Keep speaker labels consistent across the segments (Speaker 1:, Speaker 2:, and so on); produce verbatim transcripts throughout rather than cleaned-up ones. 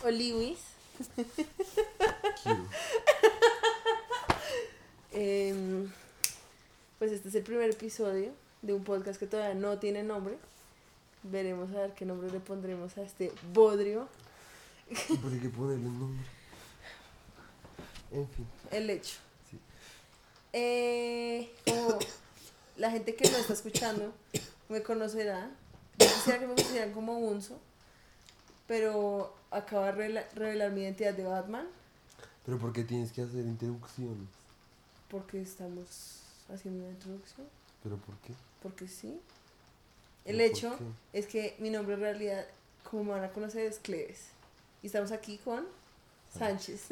Speaker 1: Oliwis. eh, pues este es el primer episodio de un podcast que todavía no tiene nombre. Veremos a ver qué nombre le pondremos a este bodrio.
Speaker 2: ¿Y por qué hay que ponerle un nombre? En fin.
Speaker 1: El hecho.
Speaker 2: Sí.
Speaker 1: Eh, como la gente que no está escuchando me conocerá, yo quisiera que me conocieran como Unso, pero acabo de revela- revelar mi identidad de Batman
Speaker 2: ¿Pero por qué tienes que hacer introducciones?
Speaker 1: porque estamos haciendo una introducción,
Speaker 2: ¿Pero por qué?
Speaker 1: porque sí. El
Speaker 2: ¿Por
Speaker 1: hecho
Speaker 2: qué?
Speaker 1: es que mi nombre en realidad, como me van a conocer, es Cleves. Y estamos aquí con Sánchez.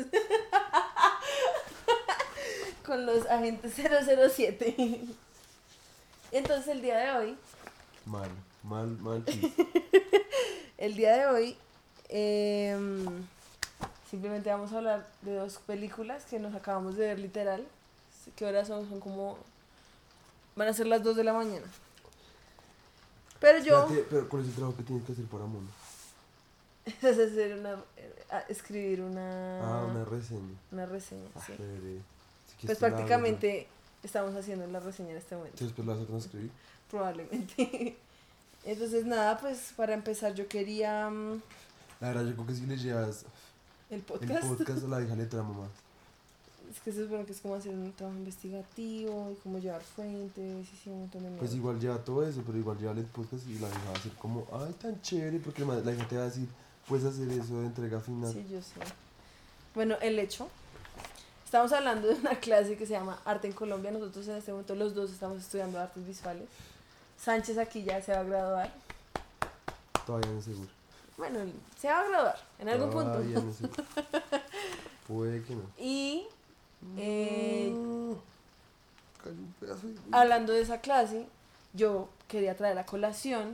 Speaker 1: Con los agentes cero cero siete. Entonces el día de hoy,
Speaker 2: Mal, mal, mal chiste.
Speaker 1: el día de hoy, eh, simplemente vamos a hablar de dos películas que nos acabamos de ver literal. ¿Qué horas son? Son como... Van a ser las dos de la mañana. Pero yo...
Speaker 2: Espérate, pero ¿cuál es el trabajo que tienes que hacer para Mono?
Speaker 1: es hacer una... eh, escribir una...
Speaker 2: Ah, una reseña.
Speaker 1: Una reseña,
Speaker 2: Ah,
Speaker 1: sí.
Speaker 2: chévere. Si
Speaker 1: Pues
Speaker 2: quieres te la hago
Speaker 1: prácticamente estamos haciendo la reseña en este
Speaker 2: yo.
Speaker 1: momento.
Speaker 2: ¿Tú después la vas a transcribir?
Speaker 1: Probablemente. Entonces nada, pues para empezar yo quería... um,
Speaker 2: La verdad, yo creo que si le llevas
Speaker 1: el
Speaker 2: el
Speaker 1: podcast.
Speaker 2: podcast a la hija le trama más.
Speaker 1: Es que se supone que es como hacer un trabajo investigativo y como llevar fuentes y sí, un montón de mierda.
Speaker 2: Pues igual lleva todo eso, pero igual lleva el podcast y la hija va a ser como, ay, tan chévere, porque la la hija te va a decir, puedes hacer eso de entrega final.
Speaker 1: Sí, yo sé. Bueno, el hecho. Estamos hablando de una clase que se llama Arte en Colombia. Nosotros en este momento los dos estamos estudiando artes visuales. Sánchez aquí ya se va a graduar.
Speaker 2: Todavía no es seguro.
Speaker 1: Bueno, se va a graduar en algún
Speaker 2: Todavía
Speaker 1: punto.
Speaker 2: no es seguro. Puede que no.
Speaker 1: Y eh,
Speaker 2: No. Cayó un pedazo de...
Speaker 1: hablando de esa clase, yo quería traer a colación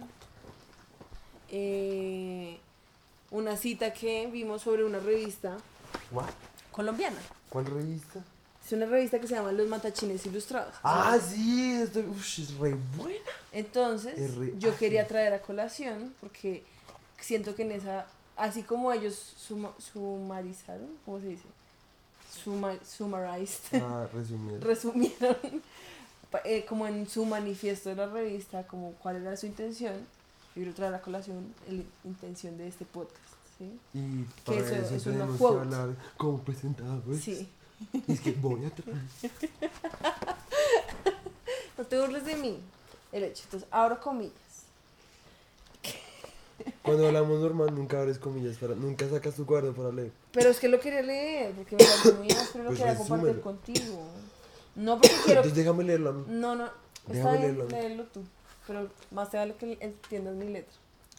Speaker 1: eh, una cita que vimos sobre una revista
Speaker 2: ¿What?
Speaker 1: colombiana.
Speaker 2: ¿Cuál revista?
Speaker 1: Es una revista que se llama Los Matachines Ilustrados.
Speaker 2: Ah, sí, esto, uf, es re buena.
Speaker 1: Entonces,
Speaker 2: Es re
Speaker 1: yo
Speaker 2: ágil.
Speaker 1: quería traer a colación porque siento que en esa, así como ellos suma, sumarizaron, ¿cómo se dice? Suma, summarized,
Speaker 2: Ah, resumir.
Speaker 1: resumieron pa- eh, como en su manifiesto de la revista, como cuál era su intención. Yo quiero traer a colación la intención de este podcast, ¿sí?
Speaker 2: Y
Speaker 1: Que
Speaker 2: para
Speaker 1: eso
Speaker 2: eso,
Speaker 1: es una
Speaker 2: tenemos que
Speaker 1: quote.
Speaker 2: hablar como presentadores.
Speaker 1: Sí.
Speaker 2: Y es que voy a traer.
Speaker 1: No te burles de mí. El hecho. Entonces, abro comillas.
Speaker 2: Cuando hablamos normal, nunca abres comillas, para, nunca sacas tu cuaderno para leer.
Speaker 1: Pero es que lo quería leer, porque me pareció muy áspero, lo
Speaker 2: Pues
Speaker 1: quería compartir
Speaker 2: resúmelo.
Speaker 1: contigo. No porque quiero...
Speaker 2: Entonces déjame leerlo a mí.
Speaker 1: No, no, está
Speaker 2: Déjame
Speaker 1: bien,
Speaker 2: leerlo.
Speaker 1: léelo tú. Pero más te vale que entiendas mi letra.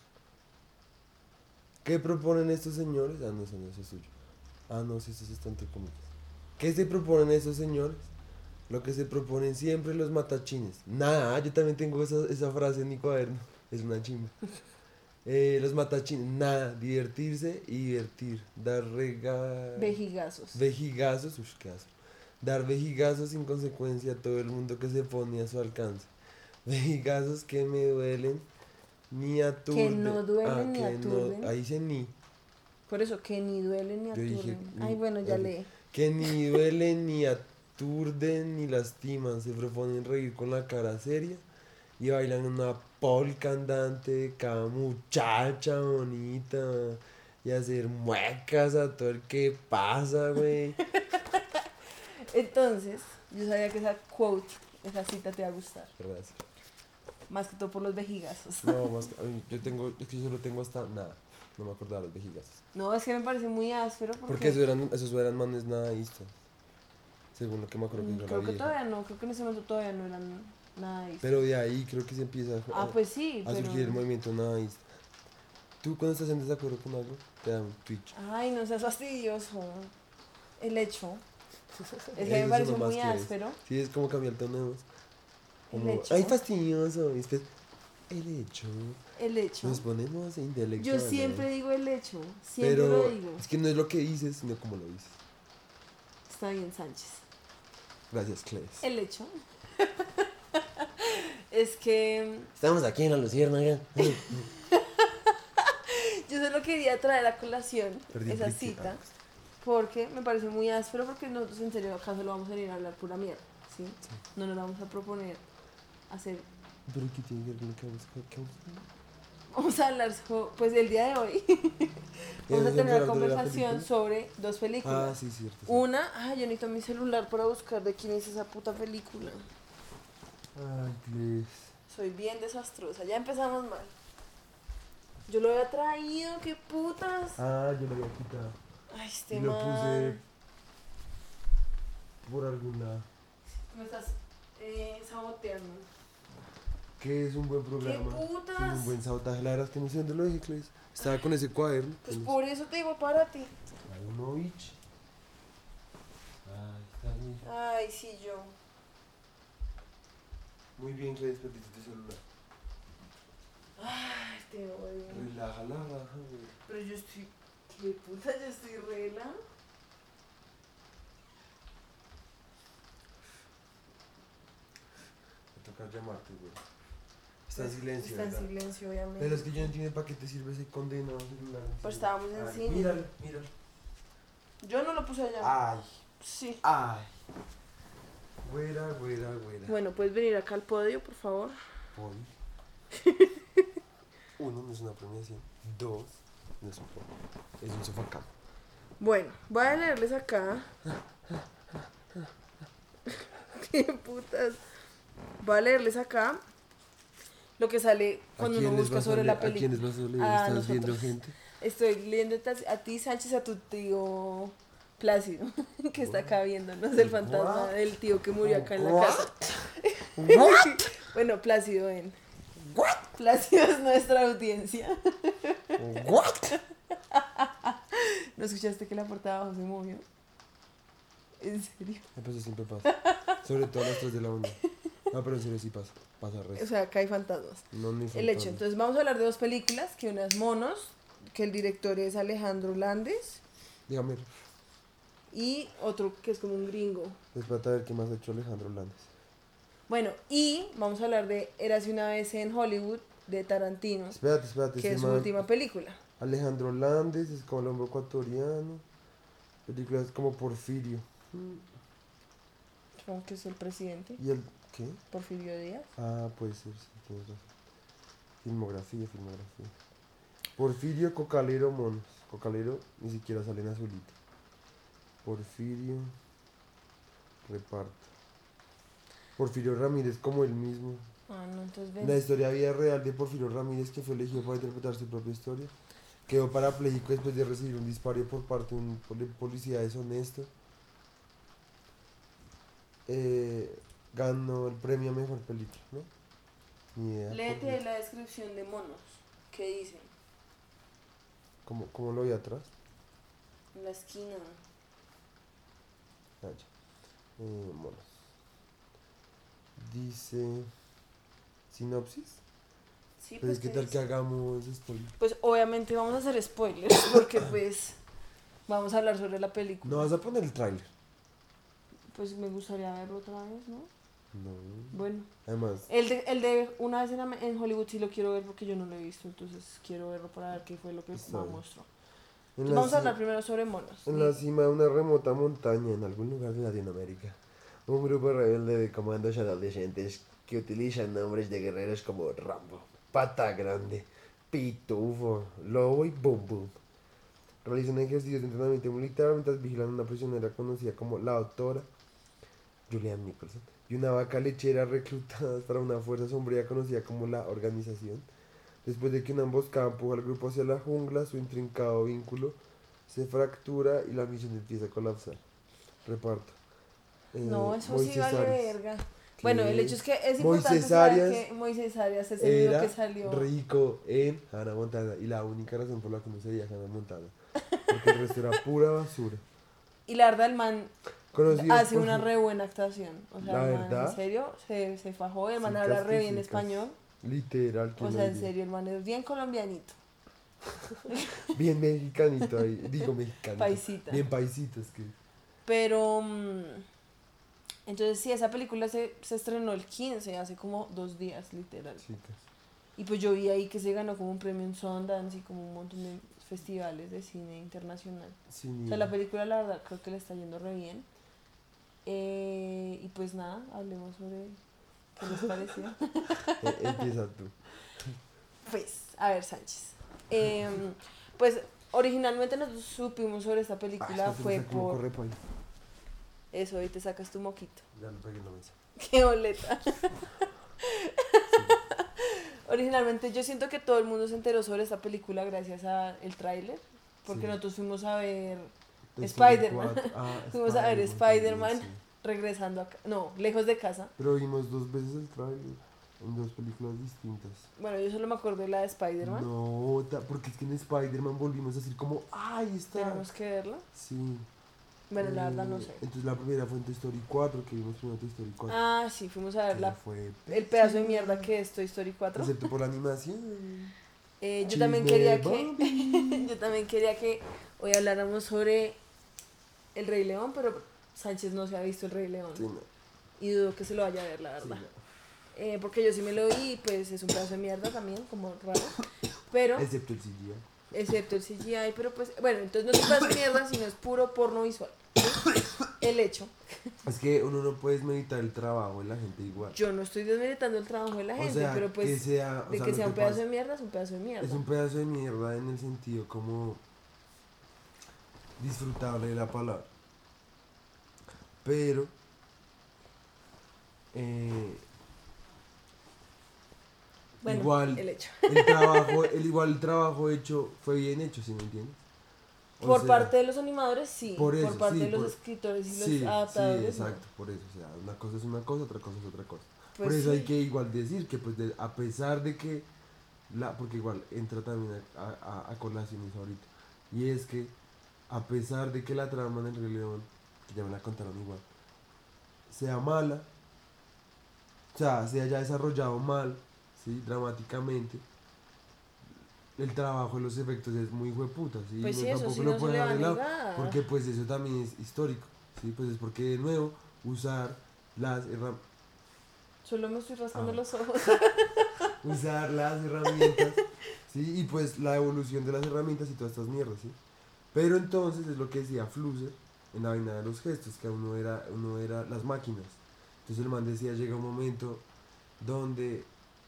Speaker 2: ¿Qué proponen estos señores? Ah, no, eso no, eso es suyo. Ah, no, sí, eso sí está entre comillas. ¿Qué se proponen estos señores? Lo que se proponen siempre los matachines. Nada, yo también tengo esa, esa frase en mi cuaderno. Es una chimba. Eh, los matachines, nada, divertirse y divertir. Dar rega...
Speaker 1: Vejigazos.
Speaker 2: Vejigazos, uff, qué asco. Dar vejigazos sin consecuencia a todo el mundo que se pone a su alcance. Vejigazos que me duelen ni aturden.
Speaker 1: Que no duelen ni
Speaker 2: que
Speaker 1: aturden.
Speaker 2: No, ahí dice ni.
Speaker 1: Por eso, que ni duelen ni
Speaker 2: Yo dije,
Speaker 1: aturden.
Speaker 2: ni-
Speaker 1: Ay, bueno, ya
Speaker 2: ok.
Speaker 1: lee.
Speaker 2: Que ni duelen ni aturden ni lastiman. Se proponen reír con la cara seria y bailan una polka andante de cada muchacha bonita y hacer muecas a todo el que pasa, güey.
Speaker 1: Entonces, yo sabía que esa quote, esa cita te iba a gustar.
Speaker 2: Gracias.
Speaker 1: Más que todo por los vejigazos.
Speaker 2: No, más que- a mí, yo tengo, es que yo solo tengo hasta nada. No me acordaba de los vejigazos.
Speaker 1: No, es que me parece muy áspero porque...
Speaker 2: Porque esos eran, esos eran manes nadaístas. Según lo que me acuerdo que
Speaker 1: Mm,
Speaker 2: dijo
Speaker 1: creo
Speaker 2: la
Speaker 1: que
Speaker 2: vieja.
Speaker 1: todavía no, creo que en ese momento todavía no eran nadaístas.
Speaker 2: Pero de ahí creo que se empieza a,
Speaker 1: Ah, pues sí,
Speaker 2: a
Speaker 1: pero...
Speaker 2: surgir el movimiento nadaísta. Tú cuando estás en desacuerdo con algo, te dan un Twitch.
Speaker 1: Ay, no seas fastidioso. El hecho. Es que
Speaker 2: Eso
Speaker 1: me pareció
Speaker 2: son más
Speaker 1: muy
Speaker 2: que es.
Speaker 1: áspero.
Speaker 2: Sí, es como cambiar el tono de voz.
Speaker 1: El
Speaker 2: Como,
Speaker 1: hecho.
Speaker 2: ay, fastidioso. Y después, el hecho.
Speaker 1: El hecho.
Speaker 2: Nos ponemos
Speaker 1: Yo
Speaker 2: intelectuales.
Speaker 1: siempre digo el hecho. Siempre
Speaker 2: Pero
Speaker 1: lo digo.
Speaker 2: es que no es lo que dices, sino como lo dices.
Speaker 1: Está bien, Sánchez.
Speaker 2: Gracias, Cles.
Speaker 1: El hecho. Es que
Speaker 2: Estamos aquí en la Luciérnaga.
Speaker 1: yo yo solo quería traer a colación
Speaker 2: Perdí
Speaker 1: esa
Speaker 2: el clic.
Speaker 1: cita porque me parece muy áspero porque nosotros en serio acá solo vamos a venir a hablar pura mierda, ¿sí?
Speaker 2: Sí.
Speaker 1: No nos vamos a proponer hacer,
Speaker 2: Pero ¿qué tiene que ver con lo que vamos a- qué vamos a-
Speaker 1: vamos a hablar, so- pues el día de hoy vamos a
Speaker 2: ¿Ya
Speaker 1: tener una
Speaker 2: hablar de la
Speaker 1: conversación
Speaker 2: película?
Speaker 1: sobre dos películas.
Speaker 2: Ah, sí, cierto. sí.
Speaker 1: Una, ah, yo necesito mi celular para buscar de quién es esa puta película.
Speaker 2: Ay, please.
Speaker 1: Soy bien desastrosa, ya empezamos mal. Yo lo había traído, qué putas.
Speaker 2: Ah, yo lo había quitado.
Speaker 1: Ay, este
Speaker 2: Y lo
Speaker 1: man.
Speaker 2: puse por algún lado.
Speaker 1: Me estás eh, saboteando.
Speaker 2: Que es un buen programa.
Speaker 1: ¿Qué
Speaker 2: Es
Speaker 1: putas?
Speaker 2: un buen sabotaje. La verdad es que no sé dónde lo dejé, Cles. Estaba con ese cuaderno.
Speaker 1: Pues
Speaker 2: con
Speaker 1: por eso te digo, párate.
Speaker 2: ese- Ay, uno each. Ay, está bien.
Speaker 1: Ay, sí, yo.
Speaker 2: Muy bien, Cles, perdiste tu celular.
Speaker 1: Ay, te odio.
Speaker 2: Relaja la raja, güey.
Speaker 1: Pero yo estoy. ¿Qué puta? Yo estoy rela.
Speaker 2: Me toca llamarte, güey. Está en silencio,
Speaker 1: Está en
Speaker 2: ¿verdad?
Speaker 1: silencio, obviamente.
Speaker 2: Pero es que yo no entiendo para qué te sirve ese condenado celular.
Speaker 1: Pues estábamos en
Speaker 2: Ay,
Speaker 1: cine.
Speaker 2: Míralo, míralo.
Speaker 1: Yo no lo puse allá.
Speaker 2: Ay,
Speaker 1: Sí.
Speaker 2: ay. Güera, güera, güera.
Speaker 1: Bueno, puedes venir acá al podio, por favor.
Speaker 2: Hoy. Uno, no es una premiación. Dos, no es un poco. Es un sofá cama.
Speaker 1: Bueno, voy a leerles acá. Qué putas. Voy a leerles acá lo que sale cuando uno busca sobre la
Speaker 2: ¿A quiénes
Speaker 1: película.
Speaker 2: vas a leer?
Speaker 1: A
Speaker 2: ¿Estás viendo
Speaker 1: nosotros.
Speaker 2: gente?
Speaker 1: Estoy leyendo a ti, Sánchez, a tu tío Plácido, que está acá viéndonos, el fantasma
Speaker 2: What?
Speaker 1: del tío que murió acá en la
Speaker 2: What?
Speaker 1: casa.
Speaker 2: What?
Speaker 1: Bueno, Plácido en.
Speaker 2: What?
Speaker 1: Plácido es nuestra audiencia.
Speaker 2: What?
Speaker 1: ¿No escuchaste que la puerta de abajo se movió? ¿En serio?
Speaker 2: Me pasa, siempre pasa. Sobre todo a las tres de la mañana. No, pero en serio sí pasa. Pasa
Speaker 1: O
Speaker 2: resto.
Speaker 1: sea, acá hay fantasmas.
Speaker 2: No, ni
Speaker 1: El
Speaker 2: fantasma.
Speaker 1: hecho, entonces vamos a hablar de dos películas, que una es Monos, que el director es Alejandro Landes,
Speaker 2: Dígame,
Speaker 1: y otro que es como un gringo.
Speaker 2: espérate a ver qué más ha hecho Alejandro Landes.
Speaker 1: Bueno, y vamos a hablar de Érase una vez en Hollywood, de Tarantino,
Speaker 2: Espérate, espérate.
Speaker 1: que
Speaker 2: este
Speaker 1: es su
Speaker 2: man-
Speaker 1: última película.
Speaker 2: Alejandro Landes, es colombo ecuatoriano. Películas como Porfirio.
Speaker 1: Como que es el presidente,
Speaker 2: ¿Y el qué?
Speaker 1: Porfirio Díaz.
Speaker 2: Ah, puede ser, sí, tienes razón. Filmografía, filmografía. Porfirio Cocalero Monos. Cocalero ni siquiera sale en azulito. Porfirio. Reparto. Porfirio Ramírez como el mismo.
Speaker 1: Ah, no, entonces
Speaker 2: La
Speaker 1: ven.
Speaker 2: historia vida real de Porfirio Ramírez, que fue elegido para interpretar su propia historia. Quedó parapléjico después de recibir un disparo por parte de un poli- policía deshonesto. Eh, ganó el premio a mejor película, ¿no? Ni idea.
Speaker 1: Léete la descripción de Monos, ¿qué dice?
Speaker 2: ¿Cómo, cómo lo vi atrás?
Speaker 1: En la esquina.
Speaker 2: Ah, ya. Eh, monos. Dice. Sinopsis.
Speaker 1: Sí,
Speaker 2: Pero
Speaker 1: pues,
Speaker 2: es que
Speaker 1: ¿qué
Speaker 2: tal
Speaker 1: dice?
Speaker 2: que hagamos spoiler.
Speaker 1: Pues obviamente vamos a hacer spoilers, porque pues vamos a hablar sobre la película.
Speaker 2: No vas a poner el tráiler.
Speaker 1: Pues me gustaría verlo otra vez, ¿no?
Speaker 2: No.
Speaker 1: Bueno,
Speaker 2: Además,
Speaker 1: el de, el de Una vez en, Am- en Hollywood sí lo quiero ver porque yo no lo he visto, entonces quiero verlo para ver qué fue lo que
Speaker 2: Está
Speaker 1: me
Speaker 2: bien.
Speaker 1: mostró.
Speaker 2: en
Speaker 1: Entonces
Speaker 2: la,
Speaker 1: vamos a
Speaker 2: ci-
Speaker 1: hablar primero sobre Monos.
Speaker 2: en la cima de una remota montaña en algún lugar de Latinoamérica, un grupo rebelde de comandos adolescentes que utilizan nombres de guerreros como Rambo, Pata Grande, Pitufo, Lobo y Boom Boom realizan ejercicios de entrenamiento militar mientras vigilan a una prisionera conocida como la doctora Julianne Nicholson y una vaca lechera reclutadas para una fuerza sombría conocida como la Organización. Después de que una emboscada empuja al grupo hacia la jungla, su intrincado vínculo se fractura y la misión empieza a colapsar. Reparto. Eh,
Speaker 1: No, eso sí
Speaker 2: Moisés
Speaker 1: vale
Speaker 2: Arias,
Speaker 1: verga.
Speaker 2: que
Speaker 1: Bueno, el hecho es que es importante
Speaker 2: Moisés
Speaker 1: saber
Speaker 2: Arias
Speaker 1: que Moisés Arias es el video
Speaker 2: era
Speaker 1: que salió.
Speaker 2: rico en Hannah Montana y la única razón por la que no sería Hannah Montana, porque el resto era pura basura.
Speaker 1: Y la verdad el man
Speaker 2: Conocido
Speaker 1: hace
Speaker 2: por
Speaker 1: una
Speaker 2: su-
Speaker 1: re buena actuación. O sea,
Speaker 2: La
Speaker 1: el man,
Speaker 2: verdad,
Speaker 1: en serio, se, se fajó, el man
Speaker 2: sí,
Speaker 1: habla re bien
Speaker 2: casticicas.
Speaker 1: español.
Speaker 2: Literal, que
Speaker 1: O
Speaker 2: no
Speaker 1: sea,
Speaker 2: hay
Speaker 1: en
Speaker 2: bien.
Speaker 1: serio, el man es bien colombianito.
Speaker 2: Bien mexicanito ahí, digo mexicanito.
Speaker 1: Paisita.
Speaker 2: Bien paisito, es que.
Speaker 1: Pero, mm, entonces sí, esa película se, se estrenó el quince, hace como dos días, literal.
Speaker 2: Chicas.
Speaker 1: Y pues yo vi ahí que se ganó como un premio en Sundance y como un montón de festivales de cine internacional.
Speaker 2: Sí,
Speaker 1: O sea, la película la verdad creo que le está yendo re bien. Eh, y pues nada, hablemos sobre qué les pareció.
Speaker 2: eh, empieza tú.
Speaker 1: Pues, a ver, Sánchez. Eh, pues originalmente nosotros supimos sobre esta película, fue por...
Speaker 2: Corre, pues.
Speaker 1: Eso, hoy te sacas tu moquito.
Speaker 2: Ya lo pegué en la mesa.
Speaker 1: Qué boleta. Originalmente yo siento que todo el mundo se enteró sobre esta película gracias al tráiler, porque
Speaker 2: Sí.
Speaker 1: nosotros fuimos a ver
Speaker 2: Después de
Speaker 1: Spider-Man.
Speaker 2: cuatro- ah,
Speaker 1: Fuimos a ver Spider-Man
Speaker 2: también, sí.
Speaker 1: regresando acá, no, lejos de casa.
Speaker 2: Pero vimos dos veces el tráiler en dos películas distintas.
Speaker 1: Bueno, yo solo me acuerdo de la de Spider-Man.
Speaker 2: No, ta- porque es que en Spider-Man volvimos a decir como, ¡ay, está!
Speaker 1: Tenemos que verla.
Speaker 2: Sí.
Speaker 1: Bueno, la
Speaker 2: Eh,
Speaker 1: verdad no sé.
Speaker 2: Entonces la primera fue en Toy Story cuatro, que vimos primero Toy Story cuatro.
Speaker 1: Ah, sí, fuimos a ver
Speaker 2: que
Speaker 1: la,
Speaker 2: fue
Speaker 1: el pedazo de
Speaker 2: pésima.
Speaker 1: mierda que es Toy Story cuatro.
Speaker 2: Excepto por la animación.
Speaker 1: Eh, yo
Speaker 2: Chisme
Speaker 1: también quería
Speaker 2: de
Speaker 1: que yo también quería que hoy habláramos sobre El Rey León, pero Sánchez no se ha visto El Rey León
Speaker 2: Sí, no,
Speaker 1: y dudo que se lo vaya a ver, la
Speaker 2: sí,
Speaker 1: verdad.
Speaker 2: no.
Speaker 1: Eh, porque yo sí me lo vi y pues es un pedazo de mierda también, como raro. Pero,
Speaker 2: Excepto el C G I.
Speaker 1: excepto el C G I, pero pues, bueno, entonces no es un pedazo de mierda, sino es puro porno visual. ¿Sí? El hecho.
Speaker 2: Es que uno no puede desmeditar el trabajo de la gente igual.
Speaker 1: Yo no estoy desmeritando el trabajo de la
Speaker 2: O
Speaker 1: gente,
Speaker 2: sea,
Speaker 1: pero pues
Speaker 2: que sea, o
Speaker 1: de
Speaker 2: sea,
Speaker 1: que
Speaker 2: lo
Speaker 1: sea
Speaker 2: que
Speaker 1: un pedazo
Speaker 2: pasa-
Speaker 1: de mierda, es un pedazo de mierda.
Speaker 2: Es un pedazo de mierda en el sentido como disfrutable de la palabra. Pero eh,
Speaker 1: Bueno,
Speaker 2: igual
Speaker 1: el hecho.
Speaker 2: el trabajo, el igual el trabajo hecho fue bien hecho, ¿sí me entiendes? O
Speaker 1: Por
Speaker 2: sea,
Speaker 1: parte de los animadores, sí.
Speaker 2: por
Speaker 1: Por,
Speaker 2: eso,
Speaker 1: parte
Speaker 2: sí,
Speaker 1: de los
Speaker 2: por-
Speaker 1: escritores y los
Speaker 2: sí, sí,
Speaker 1: adaptadores. no.
Speaker 2: exacto, por eso, o sea, una cosa es una cosa, otra cosa es otra cosa.
Speaker 1: Pues
Speaker 2: por eso
Speaker 1: sí.
Speaker 2: hay que igual decir que pues de- a pesar de que la, porque igual entra también a, a, a colaciones ahorita, y es que a pesar de que la trama del Rey León, que ya me la contaron igual, sea mala, o sea, se haya desarrollado mal, ¿sí? Dramáticamente, el trabajo de los efectos es muy hueputa, ¿sí?
Speaker 1: Pues
Speaker 2: No,
Speaker 1: sí, eso
Speaker 2: tampoco
Speaker 1: sí
Speaker 2: lo
Speaker 1: no se
Speaker 2: pueden
Speaker 1: le va a
Speaker 2: dejar de lado,
Speaker 1: negar.
Speaker 2: porque pues eso también es histórico, ¿sí? Pues es porque de nuevo usar las herramientas,
Speaker 1: Solo me estoy rascando
Speaker 2: Ah.
Speaker 1: los ojos.
Speaker 2: usar las herramientas, ¿sí? Y pues la evolución de las herramientas y todas estas mierdas, ¿sí? Pero entonces es lo que decía Flusser en la vaina de los gestos, que uno era, uno era las máquinas. Entonces el man decía, llega un momento donde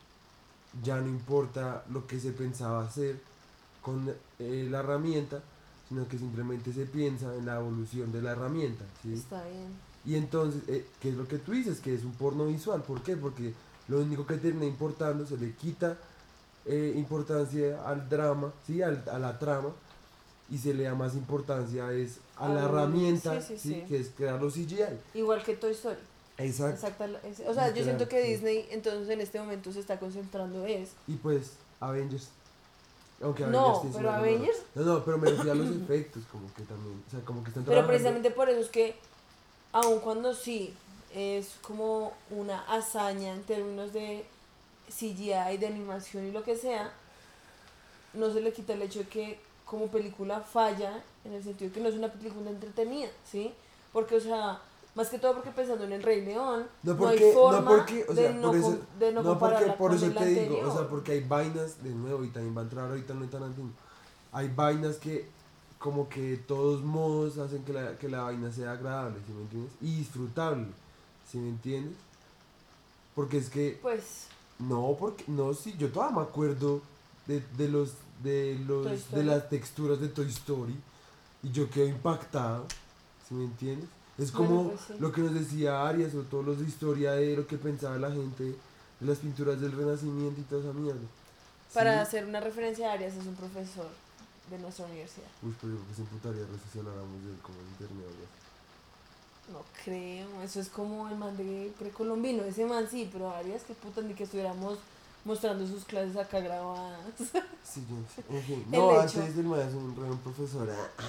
Speaker 2: ya no importa lo que se pensaba hacer con eh, la herramienta, sino que simplemente se piensa en la evolución de la herramienta, ¿sí?
Speaker 1: Está bien.
Speaker 2: Y entonces, eh, ¿qué es lo que tú dices? Que es un porno visual. ¿Por qué? Porque lo único que termina importando, se le quita eh, importancia al drama, ¿sí? Al, a la trama, y se le da más importancia es a la
Speaker 1: Ah,
Speaker 2: herramienta,
Speaker 1: sí, sí,
Speaker 2: ¿sí?
Speaker 1: sí.
Speaker 2: Que es crear los C G I.
Speaker 1: Igual que Toy Story.
Speaker 2: Exacto.
Speaker 1: Exacta, es- o sea, yo siento
Speaker 2: Literal,
Speaker 1: que
Speaker 2: sí.
Speaker 1: Disney entonces en este momento se está concentrando es
Speaker 2: Y pues, Avengers. Aunque
Speaker 1: No,
Speaker 2: Avengers tiene
Speaker 1: pero
Speaker 2: su-
Speaker 1: Avengers-
Speaker 2: No, no, pero me refiero a los efectos, como que también. O sea, como que están
Speaker 1: Pero
Speaker 2: trabajando.
Speaker 1: precisamente por eso es que, aun cuando sí es como una hazaña en términos de C G I, de animación y lo que sea, no se le quita el hecho de que como película falla, en el sentido de que no es una película entretenida, ¿sí? Porque, o sea, más que todo porque pensando en El Rey León,
Speaker 2: No
Speaker 1: no,
Speaker 2: porque,
Speaker 1: hay forma
Speaker 2: no porque, o sea,
Speaker 1: de, no
Speaker 2: por eso,
Speaker 1: com- de no
Speaker 2: no porque
Speaker 1: compararla
Speaker 2: por
Speaker 1: con
Speaker 2: eso
Speaker 1: el
Speaker 2: te digo,
Speaker 1: anterior.
Speaker 2: o sea, porque hay vainas, de nuevo, y también va a entrar ahorita no Tarantino, hay vainas que como que de todos modos hacen que la, que la vaina sea agradable, ¿sí me entiendes? Y disfrutable, ¿sí me entiendes? Porque es que,
Speaker 1: Pues,
Speaker 2: no, porque, no, sí, yo todavía me acuerdo de, de los, de
Speaker 1: Toy
Speaker 2: los, de
Speaker 1: Story.
Speaker 2: las texturas de Toy Story, y yo quedo impactado, ¿sí me entiendes? Es
Speaker 1: Bueno,
Speaker 2: como
Speaker 1: pues sí.
Speaker 2: lo que nos decía Arias o todos los de historia de lo que pensaba la gente de las pinturas del Renacimiento y toda esa mierda.
Speaker 1: para
Speaker 2: ¿Sí?
Speaker 1: hacer una referencia a Arias, es un profesor de nuestra universidad.
Speaker 2: Uy, pero yo que se emputaría re si habláramos de él como en internet o algo así.
Speaker 1: No creo, eso es como el man de precolombino, ese man sí, pero Arias, qué puta, ni que estuviéramos mostrando sus clases acá grabadas.
Speaker 2: Sí, yo sé. En fin,
Speaker 1: El
Speaker 2: no,
Speaker 1: hecho.
Speaker 2: antes del man es un re buen profesor. ah,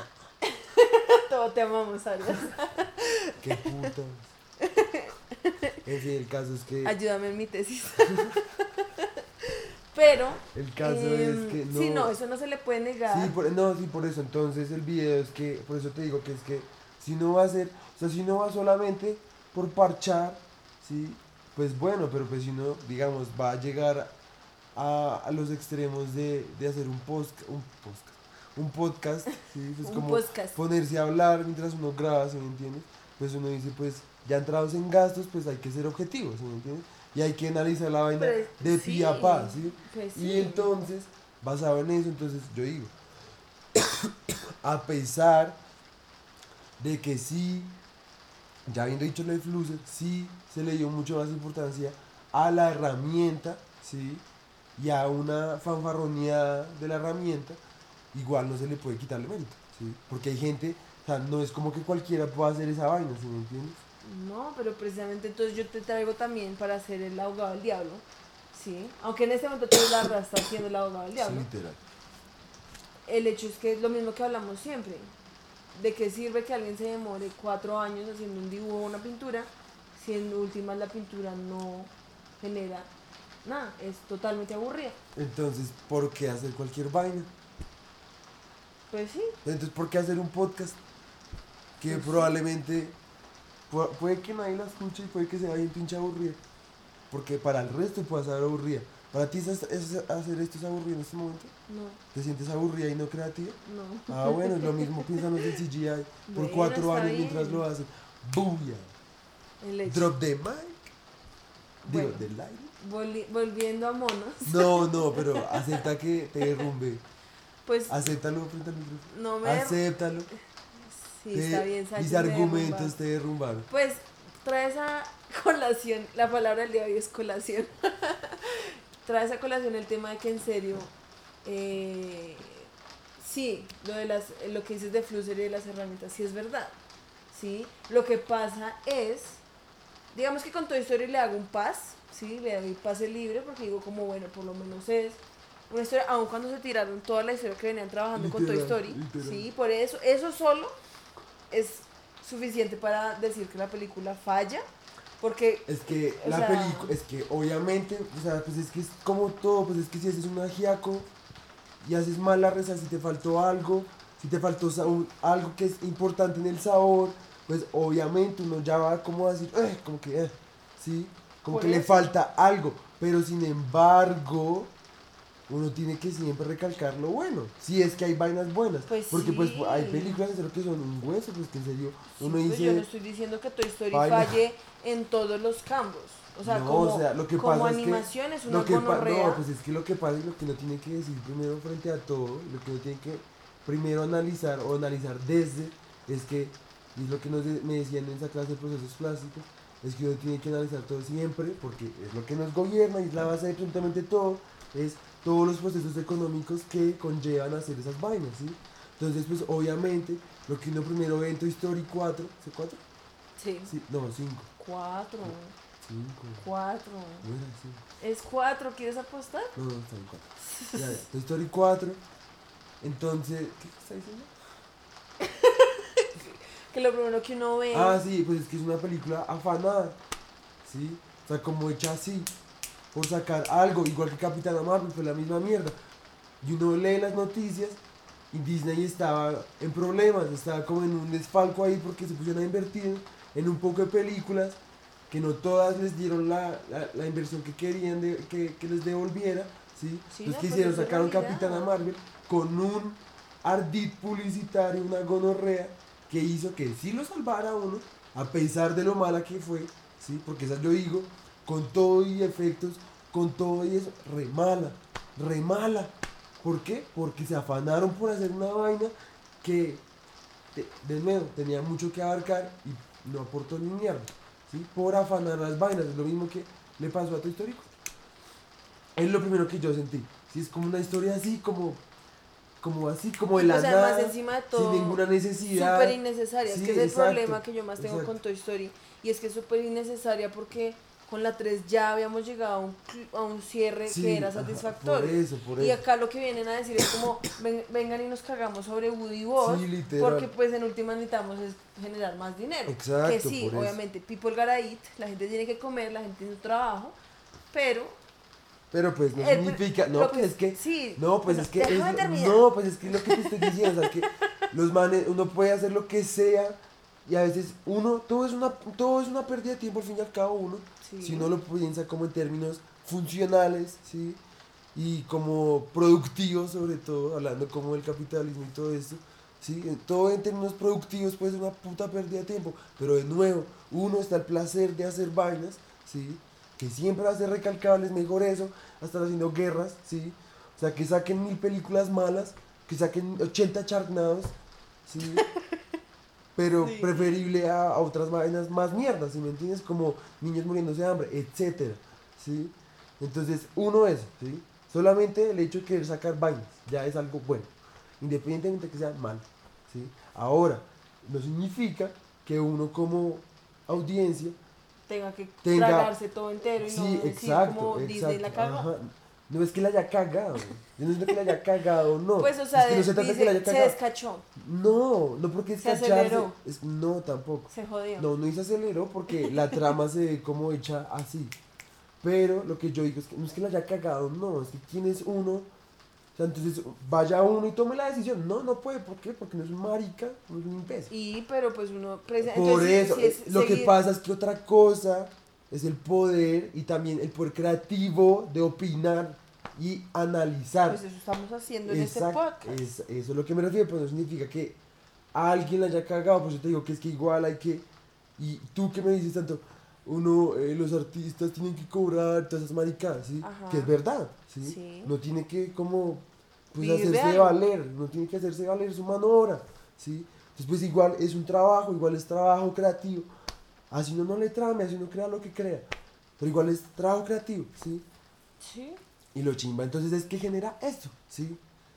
Speaker 1: Todo te amamos, Arias.
Speaker 2: Qué putas. En fin, el caso es que.
Speaker 1: Ayúdame en mi tesis. Pero,
Speaker 2: El caso
Speaker 1: em,
Speaker 2: es que no.
Speaker 1: sí, no, eso no se le puede negar.
Speaker 2: Sí, por, no, sí, por eso. Entonces el video es que, por eso te digo que es que si no va a ser, o sea, si no va solamente por parchar, sí, pues bueno, pero pues si no, digamos, va a llegar a, a los extremos de, de hacer un post, un podcast, un podcast, ¿sí? Pues
Speaker 1: Un
Speaker 2: como
Speaker 1: podcast.
Speaker 2: ponerse a hablar mientras uno graba, ¿sí me entiendes? Pues uno dice, pues ya entrados en gastos, pues hay que ser objetivos, ¿sí me entiendes? Y hay que analizar la vaina
Speaker 1: Pero,
Speaker 2: de
Speaker 1: sí,
Speaker 2: pi a pa, ¿sí?
Speaker 1: pues
Speaker 2: Y
Speaker 1: sí.
Speaker 2: entonces, basado en eso, entonces yo digo, a pesar de que sí, ya habiendo dicho lo de Flusser, sí se le dio mucho más importancia a la herramienta, ¿sí? Y a una fanfarroneada de la herramienta, igual no se le puede quitarle mérito, ¿sí? Porque hay gente, o sea, no es como que cualquiera pueda hacer esa vaina, ¿sí me entiendes?
Speaker 1: No, pero precisamente entonces yo te traigo también para ser el abogado del diablo, ¿sí? Aunque en este momento tú la verdad estás siendo el abogado del
Speaker 2: Sí,
Speaker 1: diablo.
Speaker 2: literal.
Speaker 1: El hecho es que es lo mismo que hablamos siempre. ¿De qué sirve que alguien se demore cuatro años haciendo un dibujo o una pintura si en últimas la pintura no genera nada? Es totalmente aburrida.
Speaker 2: Entonces, ¿por qué hacer cualquier vaina?
Speaker 1: Pues sí.
Speaker 2: Entonces, ¿por qué hacer un podcast? Que
Speaker 1: Pues sí.
Speaker 2: probablemente pu- puede que nadie la escuche y puede que sea bien pinche aburrida. Porque para el resto puede ser aburrida. ¿Para ti es, es- hacer esto es aburrido en este momento?
Speaker 1: No,
Speaker 2: ¿Te sientes aburrida y no creativa?
Speaker 1: no.
Speaker 2: Ah, bueno, es lo mismo piensan los del C G I por
Speaker 1: Bueno,
Speaker 2: cuatro
Speaker 1: está
Speaker 2: años
Speaker 1: bien.
Speaker 2: mientras lo hacen. ¡Booyah!
Speaker 1: El hecho.
Speaker 2: Drop the mic. Digo,
Speaker 1: Bueno.
Speaker 2: del aire.
Speaker 1: Volvi- volviendo a monos,
Speaker 2: No, no, pero acepta que te derrumbe.
Speaker 1: pues
Speaker 2: Acéptalo frente al micrófono.
Speaker 1: no me...
Speaker 2: Acéptalo.
Speaker 1: Sí,
Speaker 2: que
Speaker 1: está bien, Sánchez
Speaker 2: mis
Speaker 1: me
Speaker 2: argumentos
Speaker 1: derrumba.
Speaker 2: te derrumbaron.
Speaker 1: Pues trae esa colación, la palabra del día de hoy es colación. Trae esa colación el tema de que en serio, eh, sí, lo, de las, lo que dices de Flusser y de las herramientas, sí es verdad. ¿Sí? Lo que pasa es, digamos que con Toy Story le hago un pas, ¿sí? Le doy pase libre porque digo como, bueno, por lo menos es una historia, aun cuando se tiraron toda la historia que venían trabajando con Toy
Speaker 2: Literal,
Speaker 1: Story,
Speaker 2: literal.
Speaker 1: ¿sí? Por eso, eso solo es suficiente para decir que la película falla, porque,
Speaker 2: Es que
Speaker 1: o
Speaker 2: la
Speaker 1: sea,
Speaker 2: película, es que obviamente, o sea, pues es que es como todo, pues es que si haces un ajiaco y haces mal la reza, si te faltó algo, si te faltó sa- un- algo que es importante en el sabor, pues obviamente uno ya va como a decir, "Eh", como que, eh, sí, como
Speaker 1: Por
Speaker 2: que le
Speaker 1: eso.
Speaker 2: falta algo, pero sin embargo, uno tiene que siempre recalcar lo bueno, si es que hay vainas buenas,
Speaker 1: Pues
Speaker 2: porque pues
Speaker 1: sí.
Speaker 2: hay películas en serio que son un hueso, pues que en serio
Speaker 1: sí,
Speaker 2: uno
Speaker 1: pues
Speaker 2: dice...
Speaker 1: yo no estoy diciendo que Toy Story
Speaker 2: Baila.
Speaker 1: falle en todos los campos, o sea,
Speaker 2: No,
Speaker 1: como,
Speaker 2: o sea, lo que
Speaker 1: como
Speaker 2: pasa es que
Speaker 1: animación es una
Speaker 2: lo que pa-
Speaker 1: gonorrea.
Speaker 2: no, pues es que lo que pasa es lo que uno tiene que decir primero frente a todo, lo que uno tiene que primero analizar o analizar desde, es que, y es lo que nos de- me decían en esa clase de procesos plásticos, es que uno tiene que analizar todo siempre, porque es lo que nos gobierna y es la base de absolutamente todo, es todos los procesos económicos que conllevan a hacer esas vainas, ¿sí? Entonces, pues obviamente, lo que uno primero ve en Toy Story cuatro, ¿sí cuatro?
Speaker 1: Sí,
Speaker 2: Sí, no, cinco.
Speaker 1: cuatro,
Speaker 2: cinco.
Speaker 1: cuatro.
Speaker 2: No era cinco.
Speaker 1: Es cuatro, ¿quieres apostar?
Speaker 2: No, no, está en cuatro. Ya, ya. Toy Story cuatro. Entonces, ¿qué está diciendo?
Speaker 1: Que lo primero que uno ve...
Speaker 2: Ah, sí, pues es que es una película afanada. ¿Sí? O sea, como hecha así. Por sacar algo, igual que Capitana Marvel, fue la misma mierda. Y uno lee las noticias y Disney estaba en problemas, estaba como en un desfalco ahí porque se pusieron a invertir en un poco de películas que no todas les dieron la, la, la inversión que querían de, que, que les devolviera, ¿sí?
Speaker 1: Sí,
Speaker 2: Entonces,
Speaker 1: no,
Speaker 2: ¿qué
Speaker 1: pues
Speaker 2: hicieron?
Speaker 1: eso es
Speaker 2: Sacaron
Speaker 1: realidad.
Speaker 2: Capitana Marvel con un ardid publicitario, una gonorrea, que hizo que sí lo salvara a uno, a pesar de lo mala que fue, ¿sí? Porque esa yo digo, con todo y efectos, con todo y eso, re mala, re mala. ¿Por qué? Porque se afanaron por hacer una vaina que, de, de nuevo, tenía mucho que abarcar y no aportó ni mierda, ¿sí? Por afanar las vainas, es lo mismo que le pasó a Toy Story. Es lo primero que yo sentí, ¿sí? Es como una historia así, como, como así, como de la
Speaker 1: o sea,
Speaker 2: nada,
Speaker 1: más encima de todo,
Speaker 2: sin ninguna necesidad.
Speaker 1: súper innecesaria.
Speaker 2: Sí,
Speaker 1: es que es el
Speaker 2: exacto,
Speaker 1: problema que yo más tengo
Speaker 2: exacto.
Speaker 1: con Toy Story. Y es que es súper innecesaria porque con la tres ya habíamos llegado a un, cl- a un cierre
Speaker 2: Sí,
Speaker 1: que era
Speaker 2: ajá,
Speaker 1: satisfactorio.
Speaker 2: por eso, por
Speaker 1: Y
Speaker 2: eso.
Speaker 1: acá lo que vienen a decir es como, ven- vengan y nos cagamos sobre Woody y Buzz,
Speaker 2: Sí, literal.
Speaker 1: porque pues en última necesitamos es generar más dinero.
Speaker 2: Exacto,
Speaker 1: que sí,
Speaker 2: por eso.
Speaker 1: obviamente, people gotta eat, la gente tiene que comer, la gente tiene su trabajo, pero...
Speaker 2: Pero pues no
Speaker 1: el-
Speaker 2: significa, no,
Speaker 1: lo
Speaker 2: pues
Speaker 1: que-
Speaker 2: es que,
Speaker 1: sí,
Speaker 2: no, pues
Speaker 1: bueno,
Speaker 2: es que,
Speaker 1: déjame
Speaker 2: es-
Speaker 1: terminar.
Speaker 2: no, pues es que es lo que te estoy diciendo, o sea, que los manes, uno puede hacer lo que sea y a veces uno, todo es una, todo es una pérdida de tiempo al fin y al cabo uno,
Speaker 1: Sí.
Speaker 2: si uno lo piensa como en términos funcionales, ¿sí? y como productivos sobre todo, hablando como del capitalismo y todo esto, ¿sí? Todo en términos productivos puede ser una puta pérdida de tiempo, pero de nuevo, uno está el placer de hacer vainas, ¿sí? Que siempre va a ser recalcable, es mejor eso, a estar haciendo guerras, ¿sí? O sea, que saquen mil películas malas, que saquen ochenta Sharknados, ¿sí? Pero
Speaker 1: Sí.
Speaker 2: preferible a, a otras vainas más mierdas, ¿sí me entiendes? Como niños muriéndose de hambre, etcétera, ¿sí? Entonces, uno es, ¿sí? Solamente el hecho de querer sacar vainas ya es algo bueno, independientemente de que sea mal, ¿sí? Ahora, no significa que uno como audiencia
Speaker 1: Tenga que
Speaker 2: tenga...
Speaker 1: tragarse todo entero y
Speaker 2: Sí,
Speaker 1: no decir
Speaker 2: exacto,
Speaker 1: como Disney
Speaker 2: exacto,
Speaker 1: la cagó.
Speaker 2: ajá. No es que la haya cagado, yo no es que la haya cagado, no.
Speaker 1: Pues, o sea,
Speaker 2: Es que no se trata de que la
Speaker 1: dice,
Speaker 2: haya
Speaker 1: se
Speaker 2: cagado.
Speaker 1: descachó,
Speaker 2: No, no porque es
Speaker 1: Se
Speaker 2: cacharse.
Speaker 1: aceleró.
Speaker 2: Es, no, tampoco.
Speaker 1: se jodió.
Speaker 2: No, no se aceleró porque la trama se ve como hecha así. Pero lo que yo digo es que no es que la haya cagado, no, es que quién es uno. O sea, entonces vaya uno y tome la decisión. No, no puede, ¿por qué? Porque no es un marica, no es un imbécil.
Speaker 1: Y, pero pues uno... presa-
Speaker 2: Por
Speaker 1: entonces,
Speaker 2: eso,
Speaker 1: si- si es
Speaker 2: eh, lo que
Speaker 1: seguir-
Speaker 2: pasa es que otra cosa es el poder y también el poder creativo de opinar y analizar.
Speaker 1: Pues eso estamos haciendo en
Speaker 2: Exacto,
Speaker 1: este podcast.
Speaker 2: es, eso es lo que me refiero, pero no significa que alguien la haya cagado, pues yo te digo que es que igual hay que, y tú que me dices tanto, uno, eh, los artistas tienen que cobrar todas esas maricadas, ¿sí?
Speaker 1: Ajá.
Speaker 2: Que es verdad, ¿sí?
Speaker 1: Sí.
Speaker 2: No tiene que como, pues
Speaker 1: Vivir de
Speaker 2: hacerse
Speaker 1: algo.
Speaker 2: valer, no tiene que hacerse valer su mano obra, ¿sí? Entonces pues igual es un trabajo, igual es trabajo creativo, así uno no le trame, así uno crea lo que crea, pero igual es trabajo creativo, ¿sí?
Speaker 1: Sí,
Speaker 2: Y lo chimba entonces es que genera esto, ¿sí?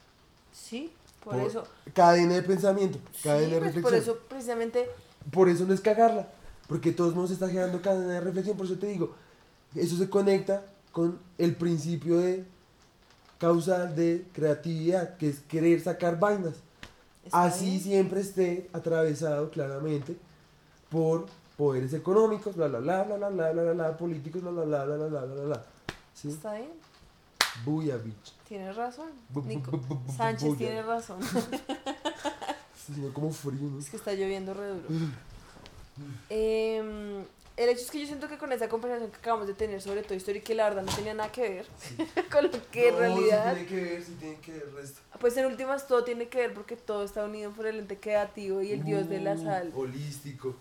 Speaker 1: sí, por,
Speaker 2: Por-
Speaker 1: eso.
Speaker 2: Cadena de pensamiento,
Speaker 1: Sí,
Speaker 2: cadena de
Speaker 1: pues
Speaker 2: reflexión.
Speaker 1: por eso precisamente...
Speaker 2: Por eso no es cagarla, porque de todos modos está generando cadena de reflexión, por eso te digo, eso se conecta con el principio de causal de creatividad, que es querer sacar vainas.
Speaker 1: está
Speaker 2: Así
Speaker 1: bien.
Speaker 2: siempre esté atravesado claramente por poderes económicos, bla bla bla bla bla bla bla bla, bla, políticos, bla bla bla bla bla bla bla bla. ¿Sí?
Speaker 1: Está bien,
Speaker 2: Buya, bitch.
Speaker 1: tienes razón.
Speaker 2: Bu- bu-
Speaker 1: Nico
Speaker 2: bu- bu- bu-
Speaker 1: Sánchez
Speaker 2: bulla.
Speaker 1: tiene razón.
Speaker 2: Sino como frío, ¿no?
Speaker 1: Es que está lloviendo re duro. Em, el hecho es que yo siento que con esa conversación que acabamos de tener sobre Toy Story, que la verdad no tenía nada que ver con lo que en
Speaker 2: No,
Speaker 1: realidad,
Speaker 2: sí tiene que ver, sí tiene que ver el resto.
Speaker 1: pues en últimas todo tiene que ver porque todo está unido por el ente creativo y el dios de la
Speaker 2: Uh,
Speaker 1: sal.
Speaker 2: Holístico.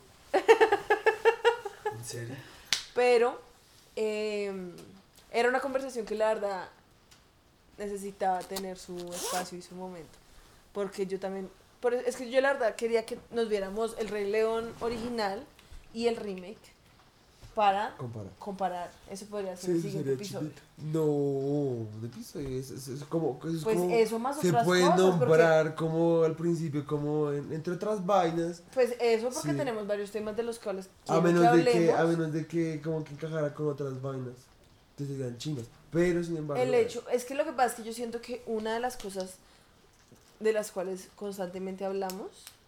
Speaker 2: ¿En serio?
Speaker 1: Pero em, era una conversación que la verdad necesitaba tener su espacio y su momento. Porque yo también, por, es que yo la verdad quería que nos viéramos el Rey León original y el remake para
Speaker 2: Compara.
Speaker 1: comparar. Eso podría ser
Speaker 2: Sí,
Speaker 1: el
Speaker 2: eso
Speaker 1: siguiente
Speaker 2: sería
Speaker 1: episodio.
Speaker 2: chidito. No, de episodio es, es, es como, es
Speaker 1: Pues
Speaker 2: como
Speaker 1: eso más
Speaker 2: se
Speaker 1: otras
Speaker 2: puede
Speaker 1: cosas,
Speaker 2: nombrar como al principio, como en- entre otras vainas,
Speaker 1: Pues eso porque
Speaker 2: Sí.
Speaker 1: tenemos varios temas de los cuales
Speaker 2: a
Speaker 1: quiero
Speaker 2: menos
Speaker 1: que
Speaker 2: de que,
Speaker 1: hablemos.
Speaker 2: a menos de que como que encajara con otras vainas, entonces serían chinas. Pero sin embargo,
Speaker 1: El hecho, es que lo que pasa es que yo siento que una de las cosas de las cuales constantemente hablamos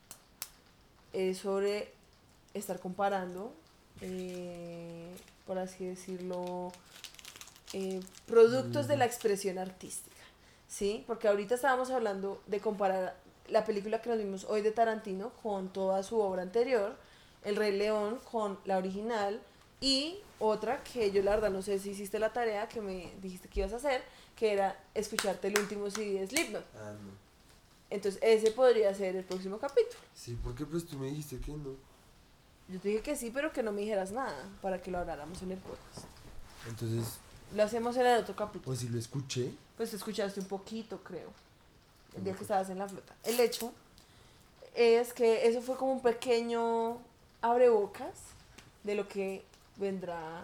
Speaker 1: es sobre estar comparando, eh, por así decirlo, eh, productos de la expresión artística, ¿sí? Porque ahorita estábamos hablando de comparar la película que nos vimos hoy de Tarantino con toda su obra anterior, El Rey León con la original, y otra que yo la verdad no sé si hiciste la tarea que me dijiste que ibas a hacer, que era escucharte el último C D de Slipknot.
Speaker 2: Ah, no.
Speaker 1: Entonces ese podría ser el próximo capítulo.
Speaker 2: Sí, porque pues tú me dijiste que no.
Speaker 1: Yo te dije que sí, pero que no me dijeras nada para que lo habláramos en el podcast.
Speaker 2: Entonces,
Speaker 1: Lo hacemos en el otro capítulo.
Speaker 2: pues si lo escuché,
Speaker 1: Pues te escuchaste un poquito, creo, el día que estabas en la flota. El hecho es que eso fue como un pequeño abrebocas de lo que vendrá